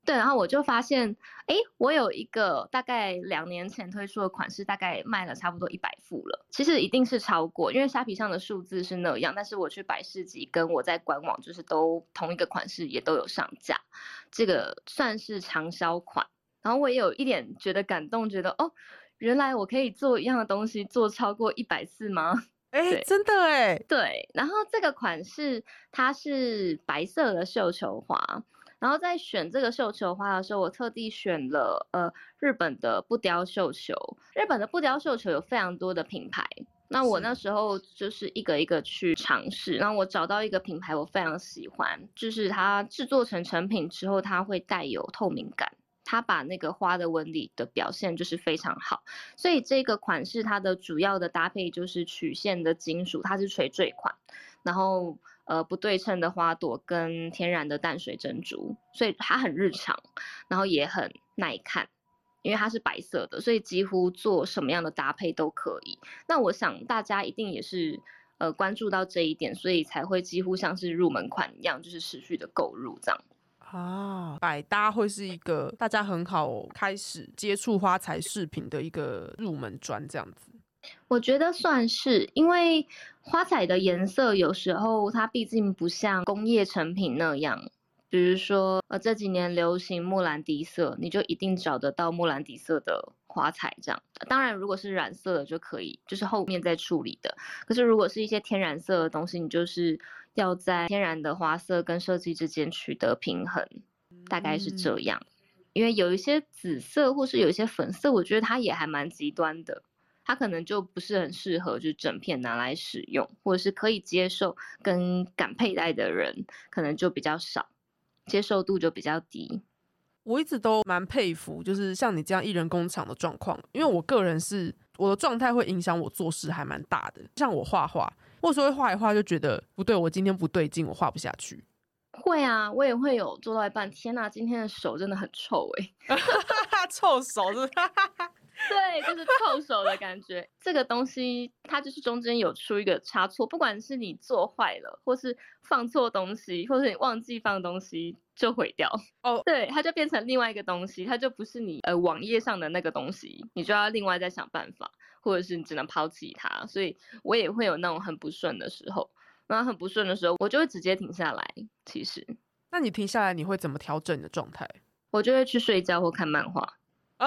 对，然后我就发现，我有一个大概2年前推出的款式，大概卖了差不多100副了。其实一定是超过，因为虾皮上的数字是那样，但是我去百事集跟我在官网就是都同一个款式也都有上架，这个算是长销款。然后我也有一点觉得感动，觉得原来我可以做一样的东西做超过100次吗？ 真的哎。 对，然后这个款式它是白色的绣球花。然后在选这个绣球花的时候，我特地选了日本的不雕绣球。日本的不雕绣球有非常多的品牌，那我那时候就是一个一个去尝试，然后我找到一个品牌我非常喜欢，就是它制作成成品之后，它会带有透明感。它把那个花的纹理的表现就是非常好，所以这个款式它的主要的搭配就是曲线的金属，它是垂坠款，然后不对称的花朵跟天然的淡水珍珠，所以它很日常，然后也很耐看，因为它是白色的，所以几乎做什么样的搭配都可以。那我想大家一定也是关注到这一点，所以才会几乎像是入门款一样，就是持续的购入这样。 百搭会是一个大家很好开始接触花材饰品的一个入门砖这样子。 我觉得算是，因为花材的颜色有时候它毕竟不像工业成品那样，比如说这几年流行莫兰迪色，你就一定找得到莫兰迪色的花材这样。当然如果是染色的就可以，就是后面再处理的。可是如果是一些天然色的东西，你就是要在天然的花色跟设计之间取得平衡，大概是这样。因为有一些紫色或是有一些粉色，我觉得它也还蛮极端的，它可能就不是很适合就整片拿来使用，或者是可以接受跟敢佩戴的人可能就比较少，接受度就比较低。 我一直都蛮佩服就是像你这样艺人工厂的状况，因为我个人是我的状态会影响我做事还蛮大的。像我画画，或者说会画一画就觉得不对，我今天不对劲，我画不下去。 会啊，我也会有做到一半，天哪，今天的手真的很臭臭手是对，就是臭手的感觉。这个东西它就是中间有出一个差错，不管是你做坏了，或是放错东西，或是你忘记放东西就毁掉。对，它就变成另外一个东西，它就不是你网页上的那个东西，你就要另外再想办法，或者是你只能抛弃它。所以我也会有那种很不顺的时候，然后很不顺的时候，我就会直接停下来。其实， 那你停下来，你会怎么调整你的状态？ 我就会去睡觉或看漫画。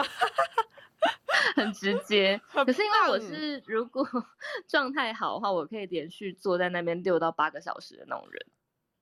很直接，可是因为我是如果状态好的话，我可以连续坐在那边6到8个小时的那种人。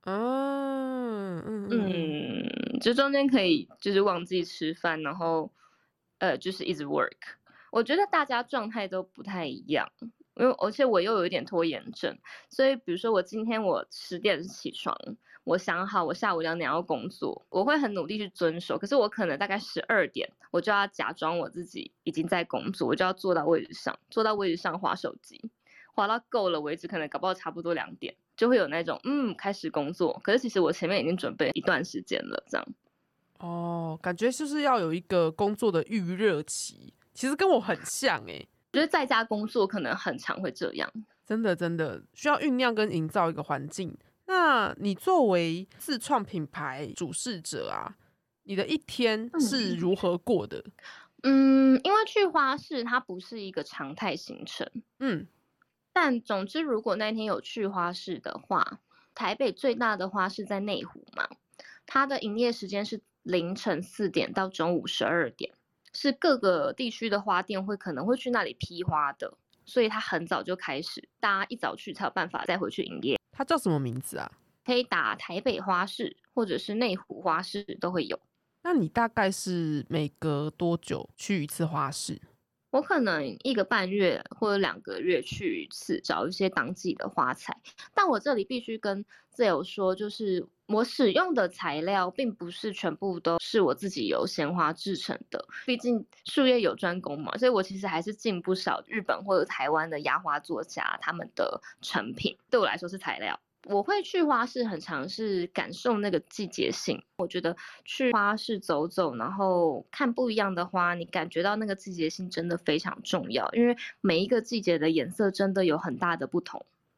就中间可以就是忘记吃饭，然后就是一直 work。我觉得大家状态都不太一样，因为而且我又有一点拖延症，所以比如说我今天我10点起床，我想好我下午2点要工作，我会很努力去遵守，可是我可能大概12点我就要假装我自己已经在工作，我就要坐到位置上滑手机，滑到够了为止，可能搞不好差不多2点就会有那种开始工作，可是其实我前面已经准备一段时间了这样。 感觉就是要有一个工作的预热期，其实跟我很像我觉得在家工作可能很常会这样， 真的需要酝酿跟营造一个环境。那你作为自创品牌主事者啊，你的一天是如何过的？ 因为去花市它不是一个常态行程，但总之如果那天有去花市的话，台北最大的花市在内湖嘛，它的营业时间是凌晨4点到中午12点，是各个地区的花店可能会去那里批花的，所以它很早就开始，大家一早去才有办法再回去营业。 它叫什么名字啊？ 可以打台北花市或者是内湖花市都会有。 那你大概是每隔多久去一次花市？ 我可能1个半月或者2个月去一次，找一些当季的花材。但我这里必须跟自由说，就是我使用的材料并不是全部都是我自己由鲜花制成的，毕竟术业有专攻嘛，所以我其实还是进不少日本或者台湾的压花作家他们的成品，对我来说是材料。我会去花市很常是感受那个季节性，我觉得去花市走走，然后看不一样的花，你感觉到那个季节性真的非常重要，因为每一个季节的颜色真的有很大的不同。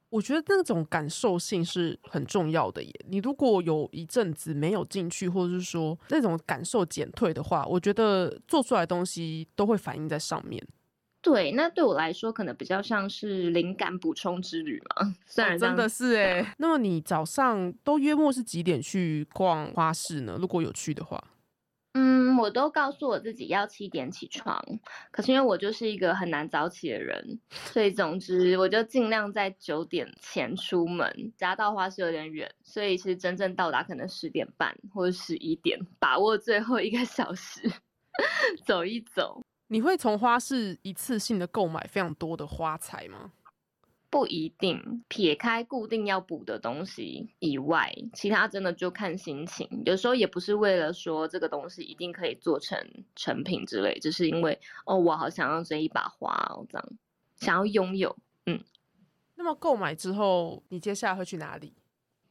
我觉得那种感受性是很重要的耶。你如果有一阵子没有进去，或者是说那种感受减退的话，我觉得做出来的东西都会反映在上面。 对，那对我来说可能比较像是灵感补充之旅嘛。虽然真的是耶。那么你早上都约莫是几点去逛花市呢？如果有去的话。 我都告诉我自己要7点起床，可是因为我就是一个很难早起的人，所以总之我就尽量在9点前出门。家到花市有点远，所以其实真正到达可能10点半或者11点，把握最后1个小时走一走。 你会从花市一次性的购买非常多的花材吗？ 不一定，撇开固定要补的东西以外，其他真的就看心情。有时候也不是为了说这个东西一定可以做成成品之类，只是因为我好想要这一把花这样想要拥有。 那么购买之后，你接下来会去哪里？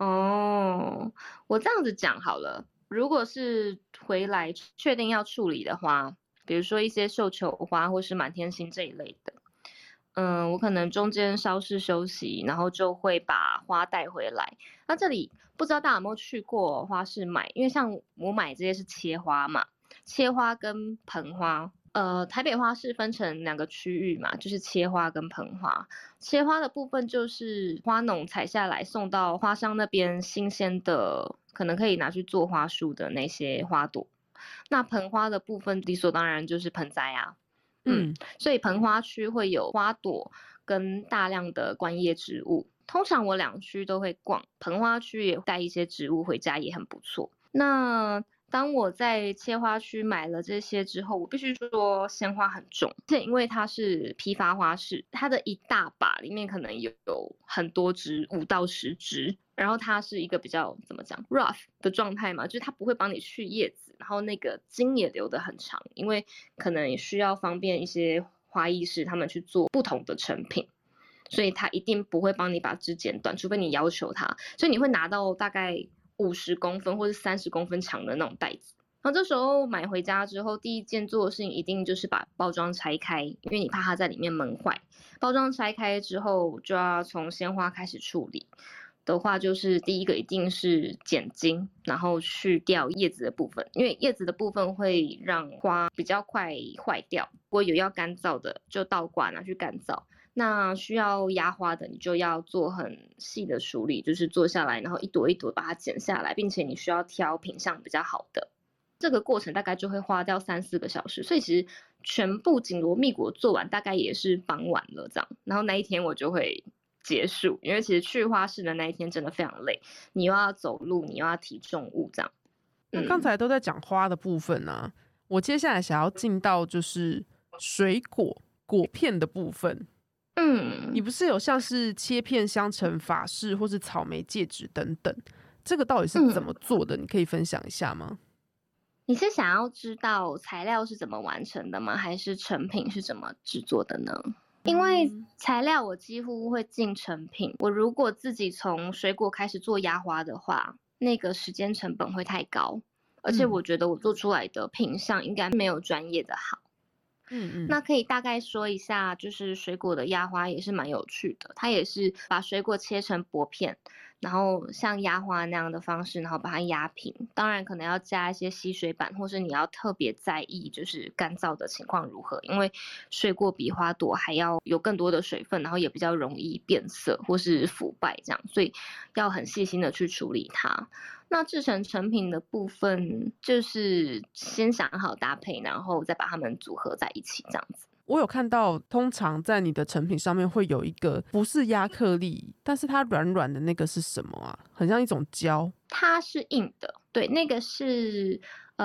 我这样子讲好了，如果是回来确定要处理的花，比如说一些绣球花或是满天星这一类的。我可能中间稍事休息，然后就会把花带回来。那这里不知道大家有没有去过花市买，因为像我买这些是切花嘛，切花跟盆花。台北花市分成2个区域嘛，就是切花跟盆花。切花的部分就是花农采下来送到花商那边新鲜的，可能可以拿去做花束的那些花朵。那盆花的部分理所当然就是盆栽啊。所以盆花区会有花朵跟大量的观叶植物，通常我2区都会逛，盆花区也带一些植物回家也很不错。那当我在切花区买了这些之后，我必须说鲜花很重，因为它是批发花市，它的一大把里面可能有很多枝，5到10枝，然后它是一个比较怎么讲 rough 的状态嘛，就是它不会帮你去叶子，然后那个茎也留得很长，因为可能也需要方便一些花艺师他们去做不同的成品，所以它一定不会帮你把枝剪短，除非你要求它，所以你会拿到大概50公分或是30公分长的那种袋子。然后这时候买回家之后，第一件做的事情一定就是把包装拆开，因为你怕它在里面闷坏。包装拆开之后，就要从鲜花开始处理的话，就是第一个一定是剪茎，然后去掉叶子的部分，因为叶子的部分会让花比较快坏掉。如果有要干燥的，就倒挂拿去干燥。那需要压花的，你就要做很细的处理，就是做下来，然后一朵一朵把它剪下来，并且你需要挑品相比较好的。这个过程大概就会花掉3-4个小时，所以其实全部紧锣密鼓做完，大概也是傍晚了这样。然后那一天我就会结束，因为其实去花市的那一天真的非常累，你又要走路，你又要提重物这样。 那刚才都在讲花的部分啊，我接下来想要进到就是水果果片的部分。你不是有像是切片香橙法式或是草莓戒指等等，这个到底是怎么做的？你可以分享一下吗？ 你是想要知道材料是怎么完成的吗？还是成品是怎么制作的呢？因为材料我几乎会进成品，我如果自己从水果开始做压花的话，那个时间成本会太高，而且我觉得我做出来的品相应该没有专业的好。那可以大概说一下，就是水果的压花也是蛮有趣的，它也是把水果切成薄片，然后像压花那样的方式，然后把它压平。当然可能要加一些吸水板，或是你要特别在意就是干燥的情况如何，因为水果比花朵还要有更多的水分，然后也比较容易变色或是腐败这样，所以要很细心的去处理它。那制成成品的部分就是先想好搭配，然后再把它们组合在一起这样子。 我有看到通常在你的成品上面会有一个不是亚克力，但是它软软的那个是什么啊？很像一种胶。 它是硬的，对，那个是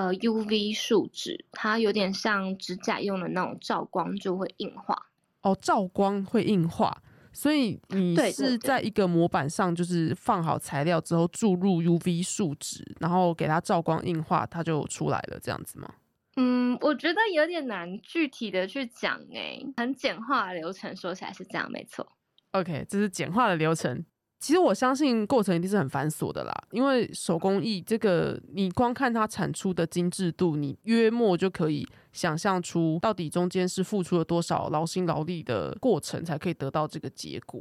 UV 树脂，它有点像指甲用的那种照光就会硬化。 照光会硬化，所以你是在一个模板上就是放好材料之后注入 UV 树脂，然后给它照光硬化，它就出来了这样子吗？ 我觉得有点难具体的去讲很简化的流程说起来是这样没错。 OK， 这是简化的流程。其实我相信过程一定是很繁琐的啦，因为手工艺这个你光看它产出的精致度，你约莫就可以想象出到底中间是付出了多少劳心劳力的过程才可以得到这个结果。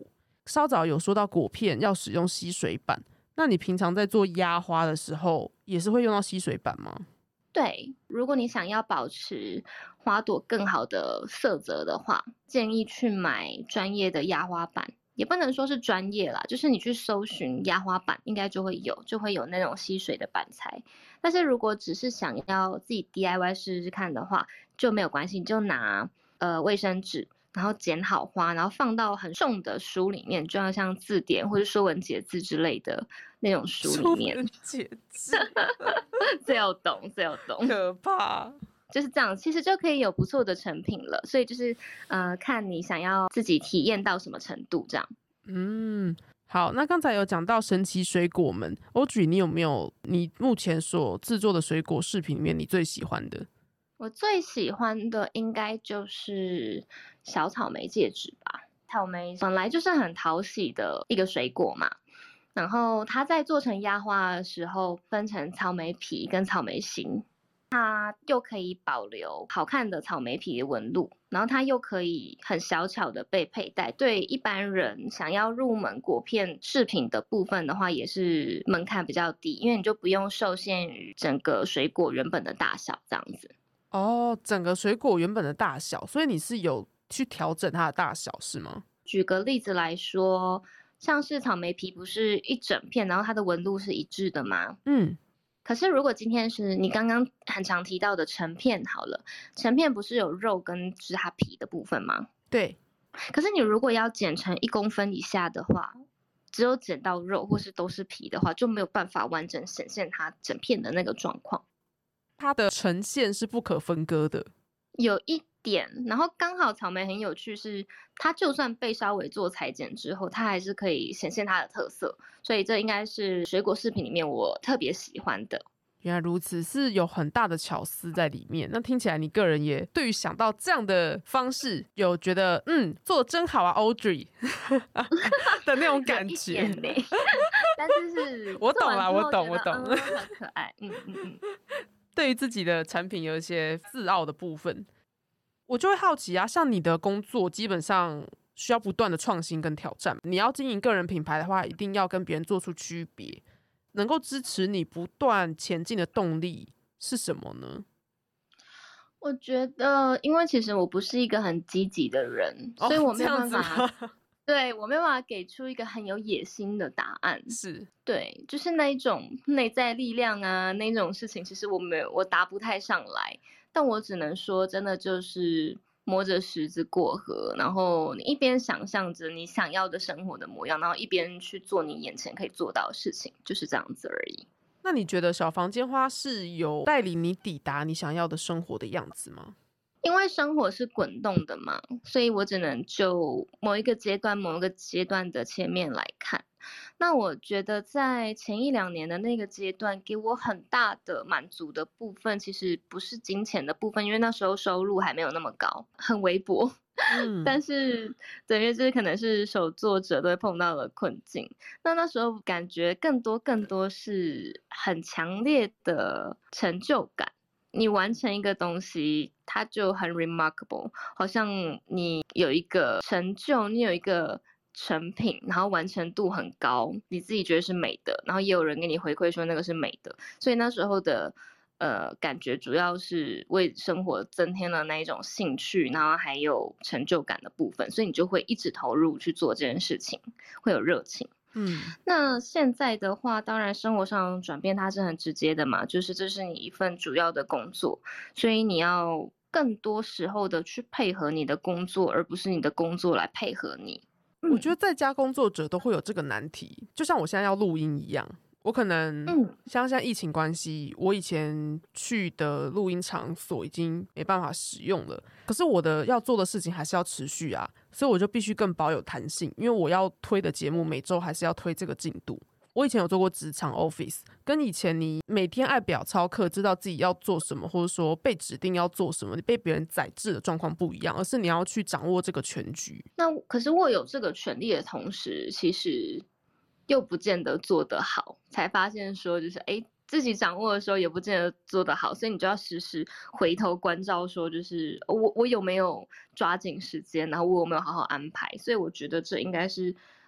稍早有说到果片要使用吸水板，那你平常在做压花的时候也是会用到吸水板吗？ 对，如果你想要保持花朵更好的色泽的话，建议去买专业的压花板。也不能说是专业啦，就是你去搜寻压花板应该就会有那种吸水的板材。但是如果只是想要自己 DIY 试试看的话，就没有关系，你就拿卫生纸，然后剪好花，然后放到很重的书里面，就要像字典或者说文解字之类的那种书里面。 说文解字这要懂， 可怕。 就是这样，其实就可以有不错的成品了。所以就是看你想要自己体验到什么程度这样。 好，那刚才有讲到神奇水果们 Audrey， 你有没有你目前所制作的水果饰品里面你最喜欢的？ 我最喜欢的应该就是小草莓戒指吧。草莓本来就是很讨喜的一个水果嘛，然后它在做成压花的时候分成草莓皮跟草莓心，它又可以保留好看的草莓皮的纹路，然后它又可以很小巧的被佩戴。对一般人想要入门果片饰品的部分的话，也是门槛比较低，因为你就不用受限于整个水果原本的大小这样子。 哦，整个水果原本的大小，所以你是有去调整它的大小是吗？ 举个例子来说，像是草莓皮不是一整片，然后它的纹路是一致的吗？可是如果今天是你刚刚很常提到的成片好了，成片不是有肉跟是它皮的部分吗？ 对。 可是你如果要剪成1公分以下的话，只有剪到肉或是都是皮的话，就没有办法完整显现它整片的那个状况。 它的呈现是不可分割的。 有一点，然后刚好草莓很有趣是，它就算被稍微做裁剪之后，它还是可以显现它的特色，所以这应该是水果饰品里面我特别喜欢的。 原来如此，是有很大的巧思在里面。那听起来你个人也对于想到这样的方式有觉得做得真好啊 Audrey 的那种感觉但是我懂啦，我懂好可爱。 对于自己的产品有一些自傲的部分，我就会好奇啊，像你的工作基本上需要不断的创新跟挑战，你要经营个人品牌的话，一定要跟别人做出区别，能够支持你不断前进的动力是什么呢？ 我觉得，因为其实我不是一个很积极的人，所以我没有办法。对，我没有办法给出一个很有野心的答案。 是， 对，就是那一种内在力量啊，那种事情，其实我答不太上来。但我只能说，真的就是摸着石子过河，然后你一边想象着你想要的生活的模样，然后一边去做你眼前可以做到的事情，就是这样子而已。 那你觉得小房间花是有带领你抵达你想要的生活的样子吗？ 因为生活是滚动的嘛，所以我只能就某一个阶段的切面来看。那我觉得在前1-2年的那个阶段，给我很大的满足的部分，其实不是金钱的部分，因为那时候收入还没有那么高，很微薄。但是对，因为这可能是手作者都会碰到的困境。那时候感觉更多是很强烈的成就感。你完成一个东西，它就很 remarkable， 好像你有一个成就，你有一个成品，然后完成度很高，你自己觉得是美的，然后也有人给你回馈说那个是美的，所以那时候的感觉主要是为生活增添了那一种兴趣，然后还有成就感的部分，所以你就会一直投入去做这件事情，会有热情。那现在的话，当然生活上转变它是很直接的嘛，就是这是你一份主要的工作，所以你要更多时候的去配合你的工作，而不是你的工作来配合你。 我觉得在家工作者都会有这个难题，就像我现在要录音一样，我可能像现在疫情关系，我以前去的录音场所已经没办法使用了，可是我的要做的事情还是要持续啊，所以我就必须更保有弹性，因为我要推的节目每周还是要推这个进度。我以前有做过职场 office， 跟以前你每天按表操课知道自己要做什么，或者说被指定要做什么，你被别人宰制的状况不一样，而是你要去掌握这个全局。 那可是我有这个权利的同时，其实又不见得做得好，才发现说就是自己掌握的时候也不见得做得好，所以你就要时时回头关照说就是我有没有抓紧时间，然后我有没有好好安排。所以我觉得这应该是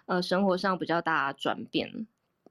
生活上比较大的转变。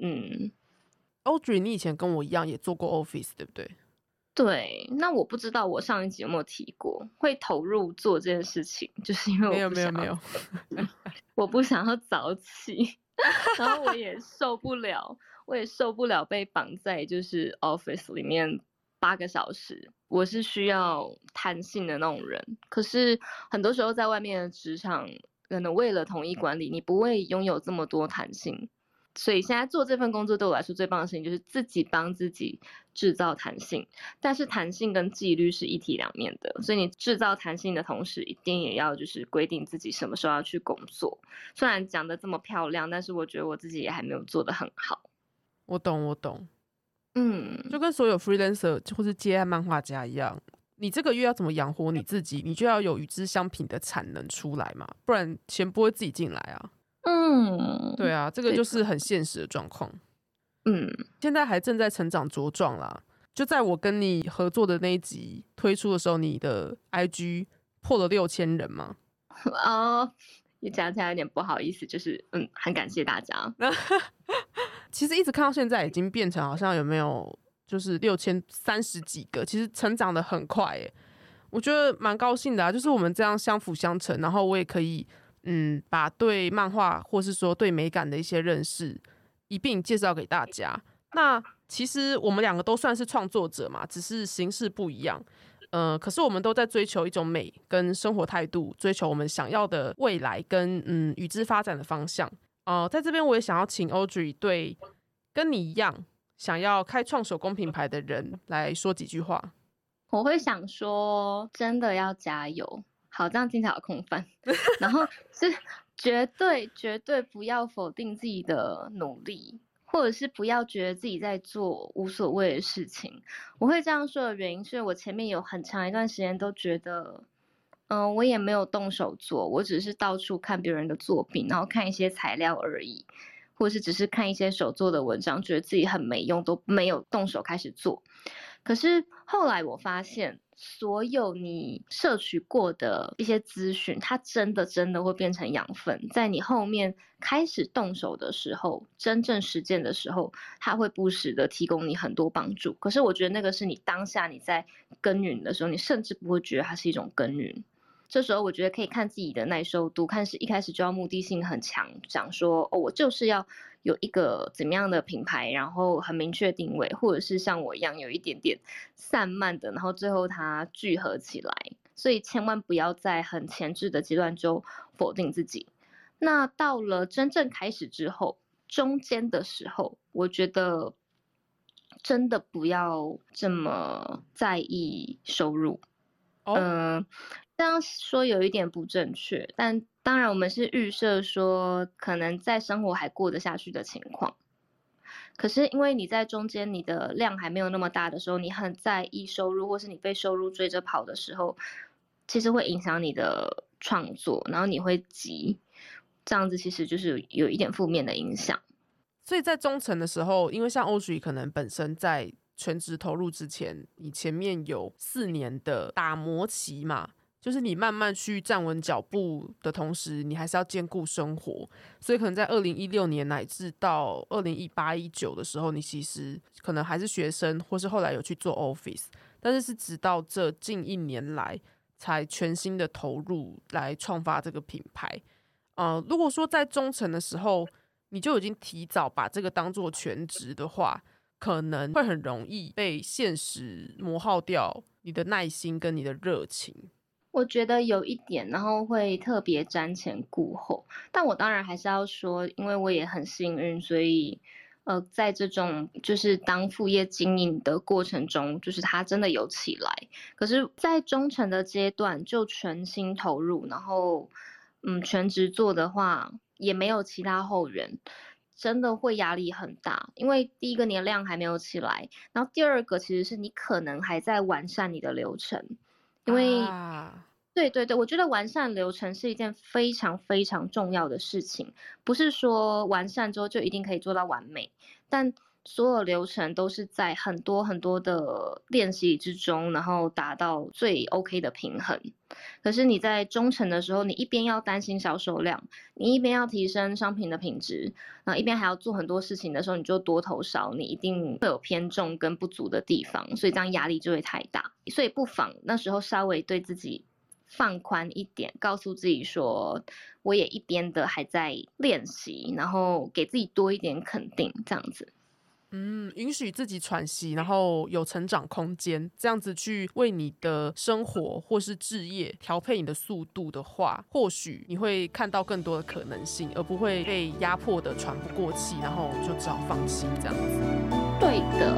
Audrey 你以前跟我一样也做过 Office 对不对？ 对，那我不知道我上一集有没有提过会投入做这件事情，就是因为没有我不想要早起然后我也受不了被绑在就是 Office 里面8个小时，我是需要弹性的那种人。可是很多时候在外面的职场，可能为了统一管理，你不会拥有这么多弹性。所以现在做这份工作对我来说最棒的事情就是自己帮自己制造弹性，但是弹性跟纪律是一体两面的，所以你制造弹性的同时一定也要就是规定自己什么时候要去工作。虽然讲得这么漂亮，但是我觉得我自己也还没有做得很好。 我懂就跟所有 freelancer 或是接案漫画家一样，你这个月要怎么养活你自己，你就要有与之相匹的产能出来嘛，不然钱不会自己进来啊。对啊，这个就是很现实的状况。现在还正在成长茁壮啦。就在我跟你合作的那一集推出的时候，你的 IG 破了6000人嘛。 也讲起来有点不好意思，就是很感谢大家。 其实一直看到现在已经变成好像有没有就是6030几个，其实成长的很快耶。我觉得蛮高兴的啊，就是我们这样相辅相成，然后我也可以把对漫画或是说对美感的一些认识一并介绍给大家。那其实我们两个都算是创作者嘛，只是形式不一样。可是我们都在追求一种美跟生活态度，追求我们想要的未来跟与之发展的方向。在这边我也想要请 Audrey 对跟你一样想要开创手工品牌的人来说几句话。 我会想说真的要加油。好，这样听起来好空泛然后是绝对不要否定自己的努力，或者是不要觉得自己在做无所谓的事情。我会这样说的原因是我前面有很长一段时间都觉得我也没有动手做，我只是到处看别人的作品，然后看一些材料而已，或是只是看一些手做的文章，觉得自己很没用，都没有动手开始做。可是后来我发现所有你摄取过的一些资讯，它真的会变成养分，在你后面开始动手的时候，真正实践的时候，它会不时的提供你很多帮助。可是我觉得那个是你当下你在耕耘的时候，你甚至不会觉得它是一种耕耘。这时候我觉得可以看自己的耐受度，看是一开始就要目的性很强，讲说我就是要有一个怎么样的品牌，然后很明确定位，或者是像我一样有一点点散漫的，然后最后它聚合起来。所以千万不要在很前置的阶段就否定自己。那到了真正开始之后，中间的时候，我觉得真的不要这么在意收入。这样说有一点不正确，但当然我们是预设说可能在生活还过得下去的情况。可是因为你在中间你的量还没有那么大的时候，你很在意收入，或是你被收入追着跑的时候，其实会影响你的创作，然后你会急，这样子其实就是有一点负面的影响。 所以在中层的时候，因为像 Audrey 可能本身在全职投入之前，你前面有4年的打磨期嘛，就是你慢慢去站稳脚步的同时，你还是要兼顾生活。所以可能在2016年乃至到2018、19的时候，你其实可能还是学生，或是后来有去做 Office， 但是直到这近1年来才全心的投入来创发这个品牌。如果说在中层的时候，你就已经提早把这个当做全职的话，可能会很容易被现实磨耗掉你的耐心跟你的热情。 我觉得有一点，然后会特别瞻前顾后。但我当然还是要说，因为我也很幸运，所以在这种就是当副业经营的过程中，就是它真的有起来。可是在中层的阶段就全心投入，然后全职做的话也没有其他后援，真的会压力很大。因为第一个你的量还没有起来，然后第二个其实是你可能还在完善你的流程。因为对，我觉得完善流程是一件非常非常重要的事情，不是说完善之后就一定可以做到完美，但所有流程都是在很多很多的练习之中，然后达到最 OK 的平衡。可是你在中程的时候，你一边要担心销售量，你一边要提升商品的品质，然后一边还要做很多事情的时候，你就多头少，你一定会有偏重跟不足的地方，所以这样压力就会太大。所以不妨那时候稍微对自己放宽一点，告诉自己说我也一边的还在练习，然后给自己多一点肯定，这样子。 允许自己喘息，然后有成长空间，这样子去为你的生活或是志业调配你的速度的话，或许你会看到更多的可能性，而不会被压迫的喘不过气，然后就只好放弃这样子。 对的。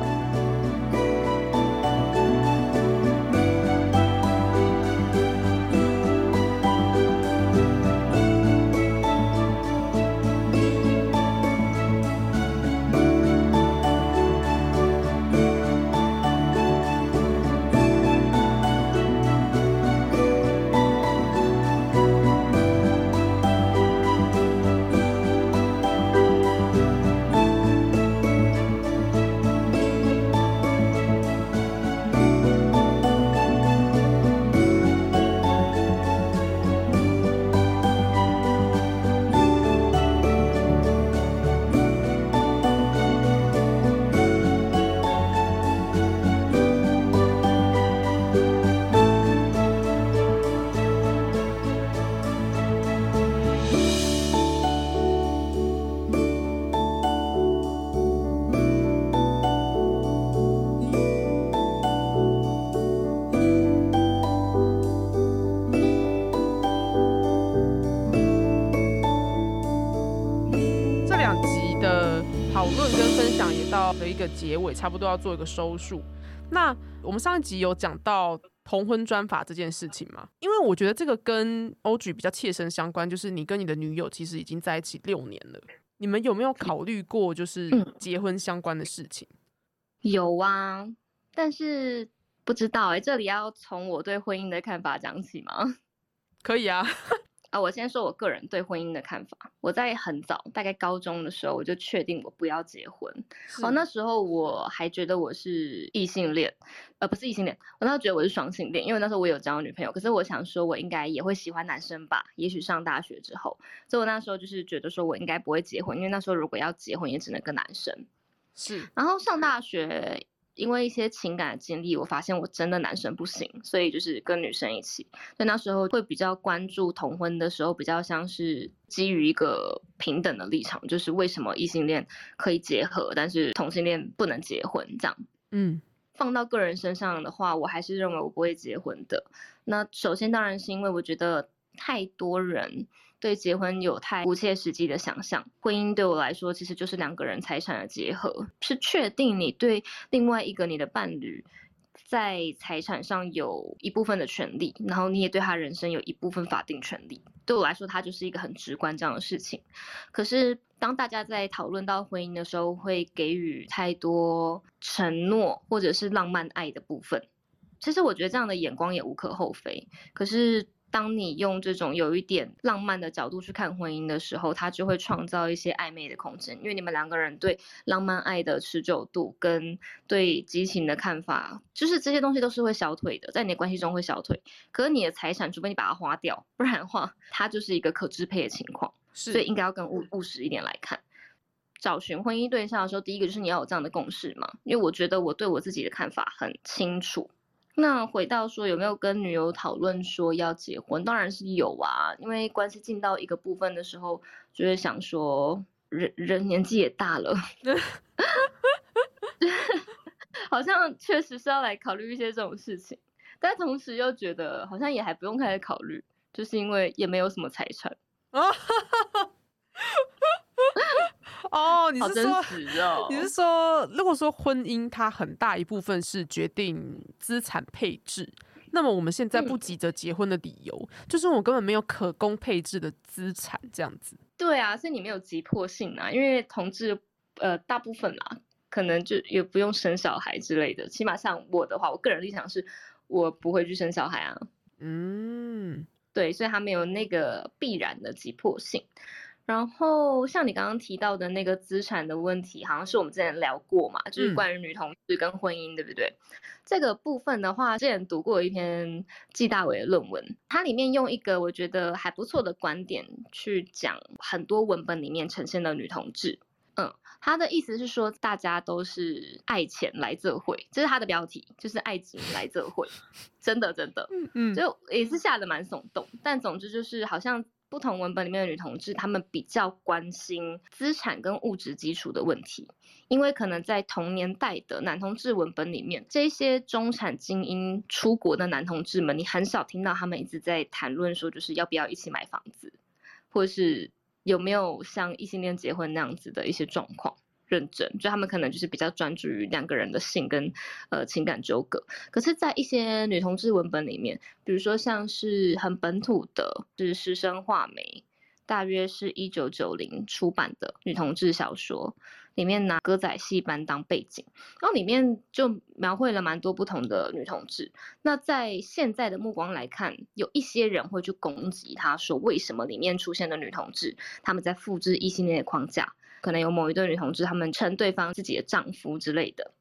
的一个结尾，差不多要做一个收束。那我们上一集有讲到同婚专法这件事情嘛？因为我觉得这个跟 Audrey 比较切身相关，就是你跟你的女友其实已经在一起6年了，你们有没有考虑过就是结婚相关的事情？ 有啊，但是不知道这里要从我对婚姻的看法讲起吗？ 可以啊。 我先说我个人对婚姻的看法。我在很早，大概高中的时候，我就确定我不要结婚。那时候我还觉得我是异性恋，不是异性恋，我那时候觉得我是双性恋，因为那时候我有交女朋友，可是我想说我应该也会喜欢男生吧，也许上大学之后，所以我那时候就是觉得说我应该不会结婚，因为那时候如果要结婚也只能跟男生。 是， 然后上大学，因为一些情感的经历，我发现我真的男生不行，所以就是跟女生一起。所以那时候会比较关注同婚的时候，比较像是基于一个平等的立场，就是为什么异性恋可以结合，但是同性恋不能结婚这样。放到个人身上的话，我还是认为我不会结婚的。那首先当然是因为我觉得太多人对结婚有太不切实际的想象，婚姻对我来说其实就是2个人财产的结合，是确定你对另外一个你的伴侣在财产上有一部分的权利，然后你也对他人生有一部分法定权利。对我来说它就是一个很直观这样的事情。可是当大家在讨论到婚姻的时候，会给予太多承诺或者是浪漫爱的部分，其实我觉得这样的眼光也无可厚非。可是当你用这种有一点浪漫的角度去看婚姻的时候，它就会创造一些暧昧的空间，因为你们2个人对浪漫爱的持久度跟对激情的看法，就是这些东西都是会消退的，在你的关系中会消退。可是你的财产除非你把它花掉，不然的话它就是一个可支配的情况，所以应该要更务实一点来看。找寻婚姻对象的时候，第一个就是你要有这样的共识嘛，因为我觉得我对我自己的看法很清楚。那回到说有没有跟女友讨论说要结婚，当然是有啊，因为关系进到一个部分的时候，就会想说人年纪也大了好像确实是要来考虑一些这种事情，但同时又觉得好像也还不用开始考虑，就是因为也没有什么财产哦，你是说， 好真实哦， 你是说，如果说婚姻它很大一部分是决定资产配置，那么我们现在不急着结婚的理由，就是我根本没有可供配置的资产，这样子。 对啊，所以你没有急迫性啊，因为同志大部分啦，可能就也不用生小孩之类的。起码像我的话，我个人立场是我不会去生小孩啊。对，所以他没有那个必然的急迫性。 然后像你刚刚提到的那个资产的问题，好像是我们之前聊过嘛，就是关于女同志跟婚姻，对不对？这个部分的话，之前读过一篇纪大伟的论文，它里面用一个我觉得还不错的观点去讲很多文本里面呈现的女同志。他的意思是说，大家都是爱钱来这会，这是他的标题，就是爱情来这会，真的，就也是下得蛮耸动。但总之就是好像不同文本里面的女同志，她们比较关心资产跟物质基础的问题，因为可能在同年代的男同志文本里面，这些中产精英出国的男同志们，你很少听到他们一直在谈论说，就是要不要一起买房子，或是有没有像异性恋结婚那样子的一些状况认真，就他们可能就是比较专注于两个人的性跟情感纠葛。可是在一些女同志文本里面，比如说像是很本土的是师生画眉，大约是1990出版的女同志小说，里面拿歌仔戏班当背景，然后里面就描绘了蛮多不同的女同志。那在现在的目光来看，有一些人会去攻击他，说为什么里面出现的女同志他们在复制异性恋的框架，可能有某一对女同志他们称对方自己的丈夫之类的。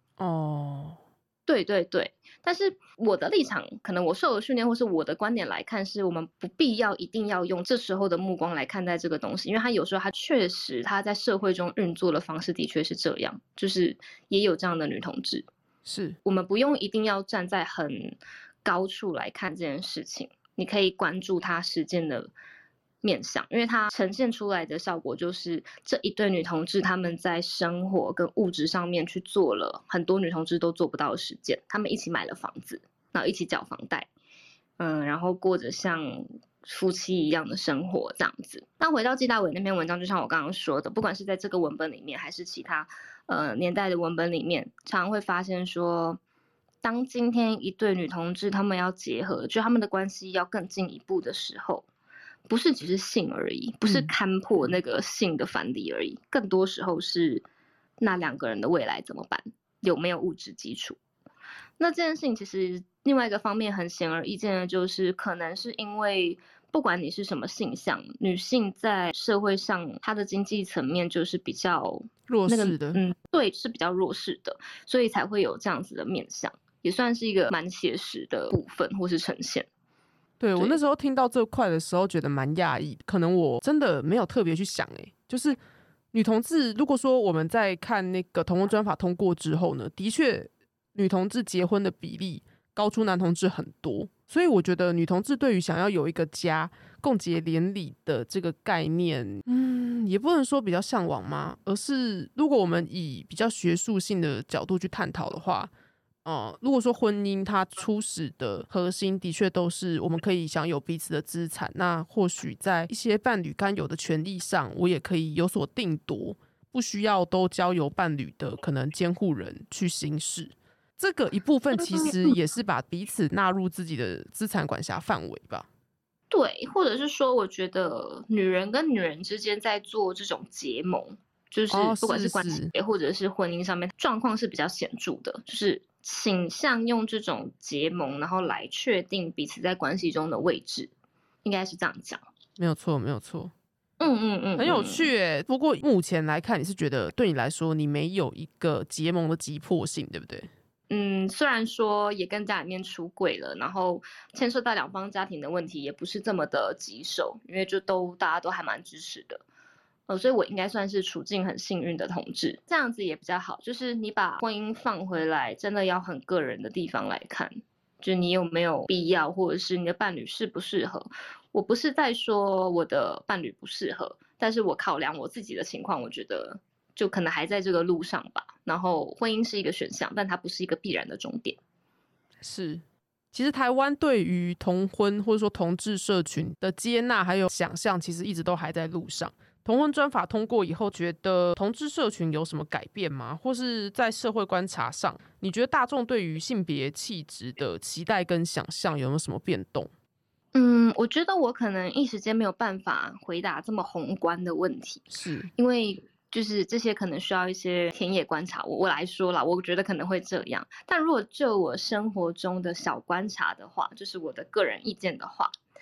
对，但是我的立场，可能我受的训练或是我的观点来看，是我们不必要一定要用这时候的目光来看待这个东西，因为它有时候它确实它在社会中运作的方式的确是这样，就是也有这样的女同志， 是我们不用一定要站在很高处来看这件事情，你可以关注它实践的面向，因为它呈现出来的效果就是这一对女同志她们在生活跟物质上面去做了很多女同志都做不到的实践，她们一起买了房子，然后一起缴房贷，然后过着像夫妻一样的生活这样子。那回到纪大伟那篇文章，就像我刚刚说的，不管是在这个文本里面还是其他年代的文本里面，常常会发现说，当今天一对女同志她们要结合，就她们的关系要更进一步的时候，不是只是性而已，不是看破那个性的藩篱而已，更多时候是那两个人的未来怎么办，有没有物质基础。那这件事情其实另外一个方面很显而易见的就是，可能是因为不管你是什么性向，女性在社会上她的经济层面就是比较弱势的， 对，是比较弱势的，所以才会有这样子的面向，也算是一个蛮写实的部分或是呈现。 对，我那时候听到这块的时候觉得蛮讶异，可能我真的没有特别去想就是女同志如果说我们在看那个同婚专法通过之后呢，的确女同志结婚的比例高出男同志很多，所以我觉得女同志对于想要有一个家共结连理的这个概念也不能说比较向往嘛，而是如果我们以比较学术性的角度去探讨的话，如果说婚姻它初始的核心的确都是我们可以享有彼此的资产，那或许在一些伴侣该有的权利上我也可以有所定夺，不需要都交由伴侣的可能监护人去行使，这个一部分其实也是把彼此纳入自己的资产管辖范围吧。 对，或者是说我觉得女人跟女人之间在做这种结盟，就是不管是关系或者是婚姻上面，状况是比较显著的，就是倾向用这种结盟然后来确定彼此在关系中的位置，应该是这样讲。 没有错很有趣不过目前来看，你是觉得对你来说你没有一个结盟的急迫性，对不对？ 虽然说也跟家里面出柜了，然后牵涉到两方家庭的问题也不是这么的棘手，因为就大家都还蛮支持的。所以我应该算是处境很幸运的同志，这样子也比较好，就是你把婚姻放回来真的要很个人的地方来看，就你有没有必要，或者是你的伴侣适不适合。我不是在说我的伴侣不适合，但是我考量我自己的情况，我觉得就可能还在这个路上吧，然后婚姻是一个选项，但它不是一个必然的终点。 是，其实台湾对于同婚或者说同志社群的接纳还有想象，其实一直都还在路上。同婚专法通过以后，觉得同志社群有什么改变吗？或是在社会观察上，你觉得大众对于性别气质的期待跟想象有没有什么变动？ 我觉得我可能一时间没有办法回答这么宏观的问题， 是因为就是这些可能需要一些田野观察。我来说啦，我觉得可能会这样。但如果就我生活中的小观察的话，就是我的个人意见的话，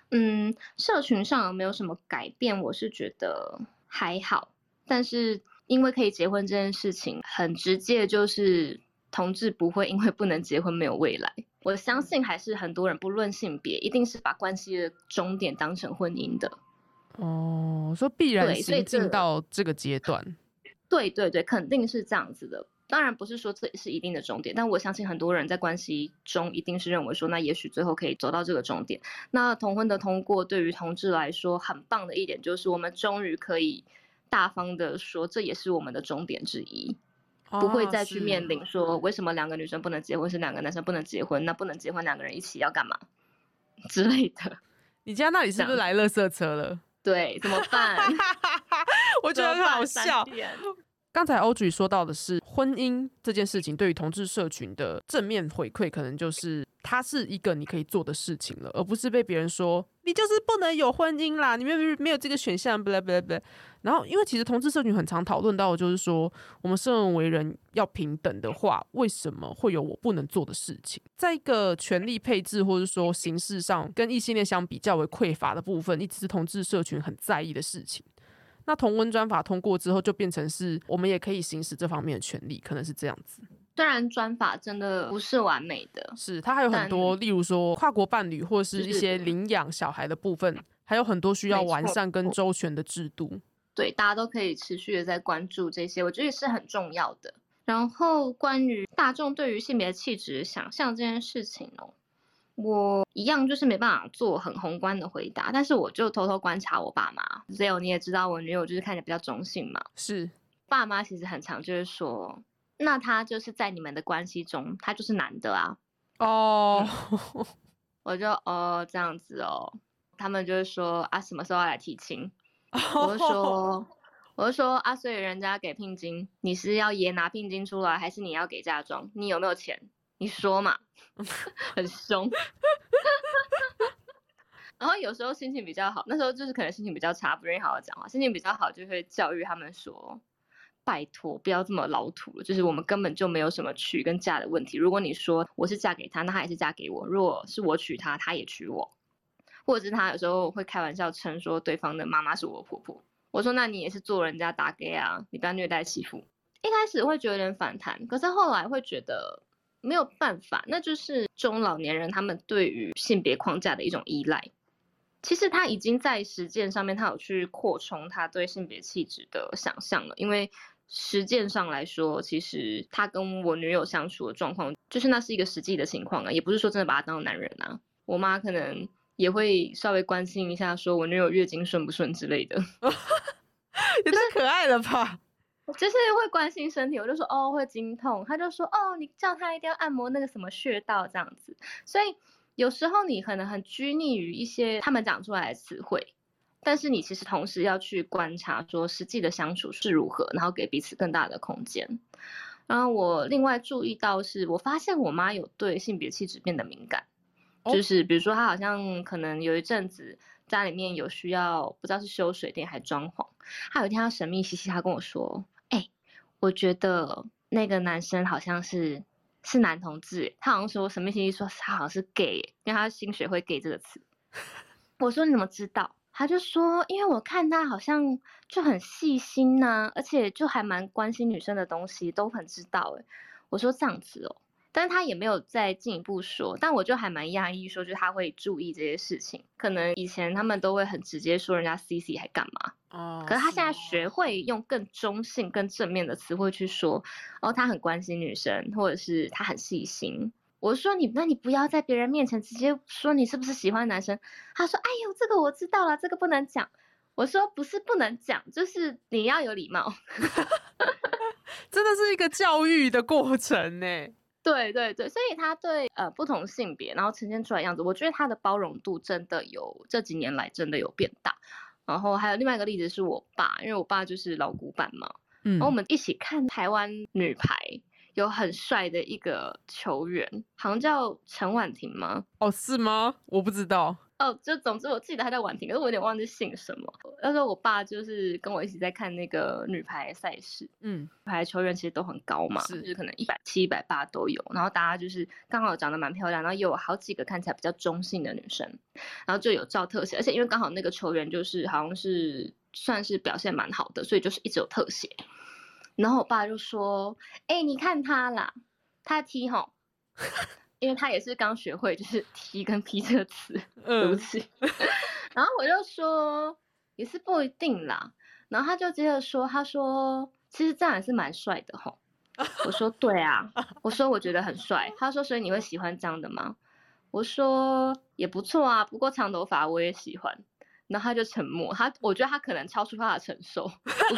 社群上有没有什么改变，我是觉得还好，但是因为可以结婚这件事情很直接，就是同志不会因为不能结婚没有未来。我相信还是很多人不论性别一定是把关系的终点当成婚姻的。 说必然行进到这个阶段。 对对对，肯定是这样子的。当然不是说这是一定的终点，但我相信很多人在关系中一定是认为说，那也许最后可以走到这个终点。那同婚的通过对于同志来说很棒的一点就是我们终于可以大方的说这也是我们的终点之一，不会再去面临说为什么2个女生不能结婚，是2个男生不能结婚，那不能结婚2个人一起要干嘛之类的。 你家那里是不是来垃圾车了？ 对，怎么办？ 我觉得很好笑。刚才 Audrey 说到的是婚姻这件事情对于同志社群的正面回馈，可能就是它是一个你可以做的事情了，而不是被别人说你就是不能有婚姻啦，你没有这个选项 blah blah blah。 然后因为其实同志社群很常讨论到的就是说，我们生而为人要平等的话，为什么会有我不能做的事情？在一个权力配置或者说形式上跟异性恋相比较为匮乏的部分，一直是同志社群很在意的事情。那同婚专法通过之后，就变成是我们也可以行使这方面的权利，可能是这样子。 虽然专法真的不是完美的， 是它还有很多，例如说跨国伴侣或是一些领养小孩的部分，还有很多需要完善跟周全的制度。 对，大家都可以持续的在关注这些，我觉得也是很重要的。然后关于大众对于性别气质想象这件事情我一样就是没办法做很宏观的回答，但是我就偷偷观察我爸妈。Zeo 你也知道我女友就是看起来比较中性嘛，是爸妈其实很常就是说，那他就是在你们的关系中他就是男的啊。我就这样子他们就是说啊什么时候要来提亲。我就说啊，所以人家给聘金，你是要爷拿聘金出来，还是你要给嫁妆？你有没有钱？你说嘛。很凶。然后有时候心情比较好，那时候就是可能心情比较差，不愿意好好讲话，心情比较好就会教育他们说，拜托不要这么老土了，就是我们根本就没有什么娶跟嫁的问题。如果你说我是嫁给他，那他也是嫁给我，如果是我娶他，他也娶我。或者是他有时候会开玩笑称说对方的妈妈是我婆婆，我说那你也是做人家打给啊，你不要虐待媳妇。一开始会觉得有点反弹，可是后来会觉得没有办法，那就是中老年人他们对于性别框架的一种依赖。其实他已经在实践上面他有去扩充他对性别气质的想象了，因为实践上来说，其实他跟我女友相处的状况就是那是一个实际的情况啊，也不是说真的把他当男人啊。我妈可能也会稍微关心一下说我女友月经顺不顺之类的。 也太可爱了吧。 就是会关心身体，我就说会经痛，他就说你叫他一定要按摩那个什么穴道这样子。所以有时候你可能很拘泥于一些他们讲出来的词汇，但是你其实同时要去观察说实际的相处是如何，然后给彼此更大的空间。然后我另外注意到是我发现我妈有对性别气质变得敏感，就是比如说她好像可能有一阵子家里面有需要不知道是修水电还装潢，她有一天她神秘兮兮她跟我说我觉得那个男生好像是男同志，他好像说神秘兮兮说他好像是 gay， 因为他新学会 gay 这个词。我说你怎么知道？他就说因为我看他好像就很细心啊，而且就还蛮关心女生的东西都很知道我说这样子但是他也没有再进一步说，但我就还蛮讶异说就是他会注意这些事情，可能以前他们都会很直接说人家 CC 还干嘛可是他现在学会用更中性更正面的词汇去说他很关心女生，或者是他很细心。我说那你不要在别人面前直接说你是不是喜欢男生。他说哎呦这个我知道了，这个不能讲。我说不是不能讲，就是你要有礼貌。 真的是一个教育的过程呢。 对对对，所以他对不同性别然后呈现出来的样子，我觉得他的包容度真的有这几年来真的有变大。然后还有另外一个例子是我爸，因为我爸就是老古板嘛然后我们一起看台湾女排，有很帅的一个球员好像叫陈婉婷吗？ 是吗？我不知道。 就总之我记得他叫婉婷，可是我有点忘记姓什么。那时候我爸就是跟我一起在看那个女排赛事，女排球员其实都很高嘛，就是可能170、180都有，然后大家就是刚好长得蛮漂亮，然后也有好几个看起来比较中性的女生，然后就有照特写，而且因为刚好那个球员就是好像是算是表现蛮好的，所以就是一直有特写。然后我爸就说：“你看他啦，他踢齁。”因为他也是刚学会就是踢跟劈这个词，对不起。然后我就说也是不一定啦。然后他就接着说，他说其实这样也是蛮帅的齁。我说对啊，我说我觉得很帅。他说所以你会喜欢这样的吗？我说也不错啊，不过长头发我也喜欢。然后他就沉默，我觉得他可能超出他的承受。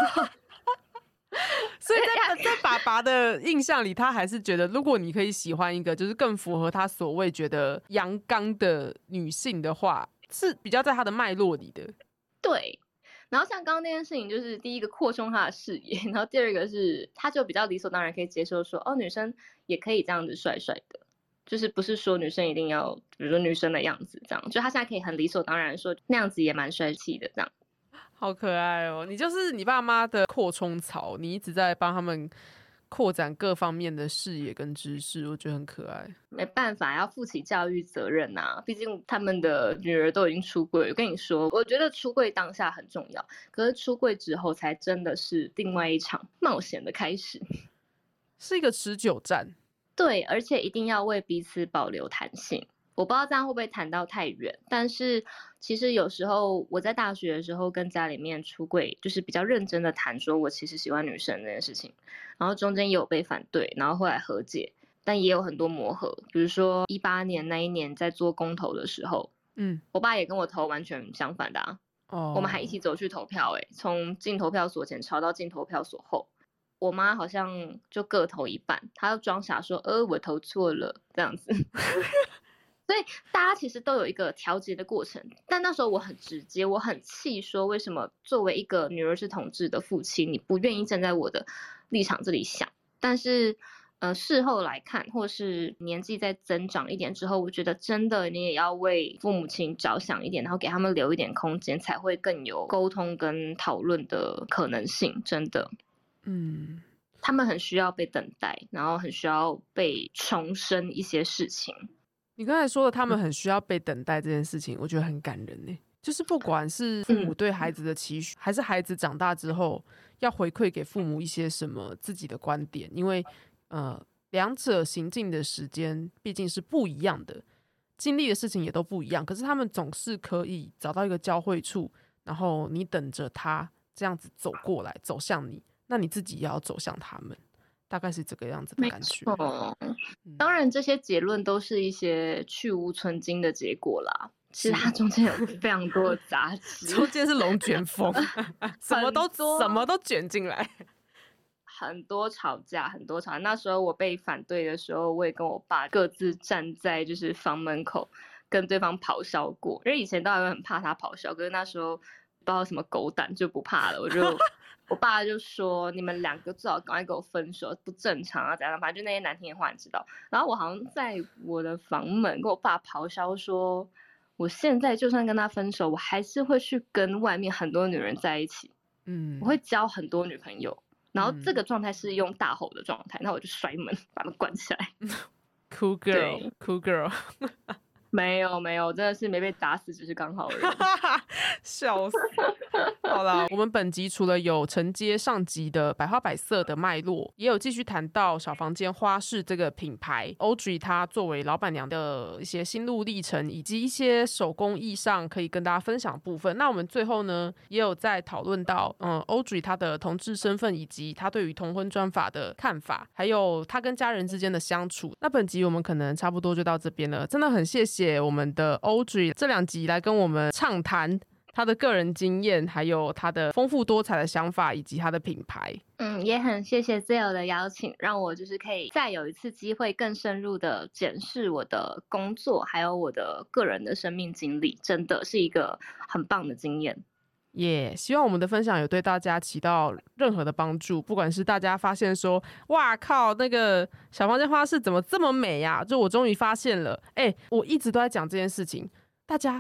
所以在爸爸的印象里，他还是觉得如果你可以喜欢一个就是更符合他所谓觉得阳刚的女性的话，是比较在他的脉络里的。 对，然后像刚刚那件事情，就是第一个扩充他的视野，然后第二个是他就比较理所当然可以接受说，女生也可以这样子帅帅的，就是不是说女生一定要比如说女生的样子这样，就他现在可以很理所当然说那样子也蛮帅气的这样。 好可爱哦！你就是你爸妈的扩充槽，你一直在帮他们扩展各方面的视野跟知识，我觉得很可爱。 没办法，要负起教育责任啊！毕竟他们的女儿都已经出柜。我跟你说，我觉得出柜当下很重要，可是出柜之后才真的是另外一场冒险的开始， 是一个持久战。 对，而且一定要为彼此保留弹性。我不知道这样会不会谈到太远，但是其实有时候我在大学的时候跟家里面出柜，就是比较认真的谈说我其实喜欢女生这件事情，然后中间也有被反对，然后后来和解，但也有很多磨合。比如说18年那一年在做公投的时候，我爸也跟我投完全相反的啊，我们还一起走去投票，从进投票所前吵到进投票所后，我妈好像就各投一半，她就装傻说我投错了这样子。所以大家其实都有一个调节的过程，但那时候我很直接，我很气说为什么作为一个女儿是同志的父亲，你不愿意站在我的立场这里想。但是事后来看，或是年纪再增长一点之后，我觉得真的你也要为父母亲着想一点，然后给他们留一点空间，才会更有沟通跟讨论的可能性。真的他们很需要被等待，然后很需要被重申一些事情。 你刚才说的他们很需要被等待这件事情，我觉得很感人耶。就是不管是父母对孩子的期许，还是孩子长大之后要回馈给父母一些什么自己的观点，因为两者行进的时间毕竟是不一样的，经历的事情也都不一样，可是他们总是可以找到一个交汇处，然后你等着他这样子走过来，走向你，那你自己也要走向他们，大概是这个样子的感觉。 当然这些结论都是一些去无存菁的结果啦，其实它中间有非常多的杂质， 中间是龙卷风什么都卷进来， 很多吵架。那时候我被反对的时候，我也跟我爸各自站在就是房门口跟对方咆哮过，因为以前都还会很怕他咆哮，可是那时候不知道什么狗胆就不怕了，我爸就说你们两个最好赶快给我分手，不正常啊怎样，反正就那些难听的话你知道。然后我好像在我的房门跟我爸咆哮说，我现在就算跟他分手，我还是会去跟外面很多女人在一起，我会交很多女朋友，然后这个状态是用大吼的状态，那我就摔门把门关起来。 Cool girl Cool girl 没有，真的是没被打死，只是刚好而已。 笑死！好啦，我们本集除了有承接上集的百花百色的脉络，也有继续谈到小房间花市这个品牌 Audrey 她作为老板娘的一些心路历程，以及一些手工艺上可以跟大家分享的部分。那我们最后呢，也有在讨论到Audrey 她的同志身份，以及她对于同婚专法的看法，还有她跟家人之间的相处。那本集我们可能差不多就到这边了，真的很谢谢我们的 Audrey 这2集来跟我们畅谈他的个人经验，还有他的丰富多彩的想法，以及他的品牌。 也很谢谢 Zell 的邀请，让我就是可以再有一次机会更深入的检视我的工作，还有我的个人的生命经历，真的是一个很棒的经验。 希望我们的分享有对大家起到任何的帮助，不管是大家发现说哇靠那个小房间花市怎么这么美啊，就我终于发现了我一直都在讲这件事情，大家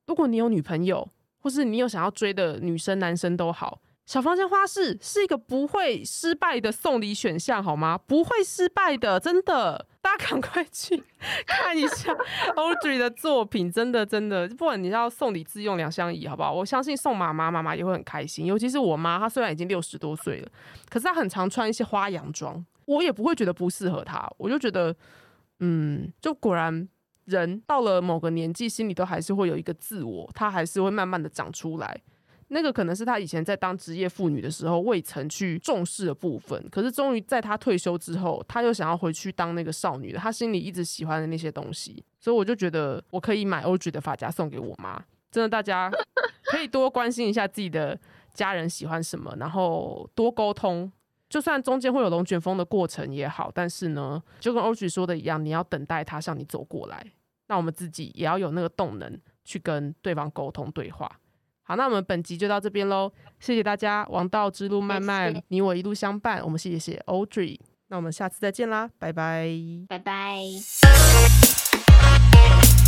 如果你有女朋友，或是你有想要追的女生男生都好，小房间花市是一个不会失败的送礼选项，好吗？不会失败的，真的，大家赶快去看一下 Audrey 的作品，真的，不管你要送礼自用2相宜，好不好？我相信送妈妈也会很开心，尤其是我妈，她虽然已经60多岁了，可是她很常穿一些花洋装，我也不会觉得不适合她，我就觉得，就果然人到了某个年纪，心里都还是会有一个自我，她还是会慢慢的长出来。那个可能是他以前在当职业妇女的时候未曾去重视的部分，可是终于在他退休之后，他又想要回去当那个少女了，他心里一直喜欢的那些东西，所以我就觉得我可以买 Audrey 的发夹送给我妈。真的，大家可以多关心一下自己的家人喜欢什么，然后多沟通，就算中间会有龙卷风的过程也好，但是呢，就跟 Audrey 说的一样，你要等待他向你走过来，那我们自己也要有那个动能去跟对方沟通对话。好，那我们本集就到这边咯，谢谢大家，王道之路漫漫，你我一路相伴，我们谢谢 Audrey， 那我们下次再见啦，拜拜， 拜拜。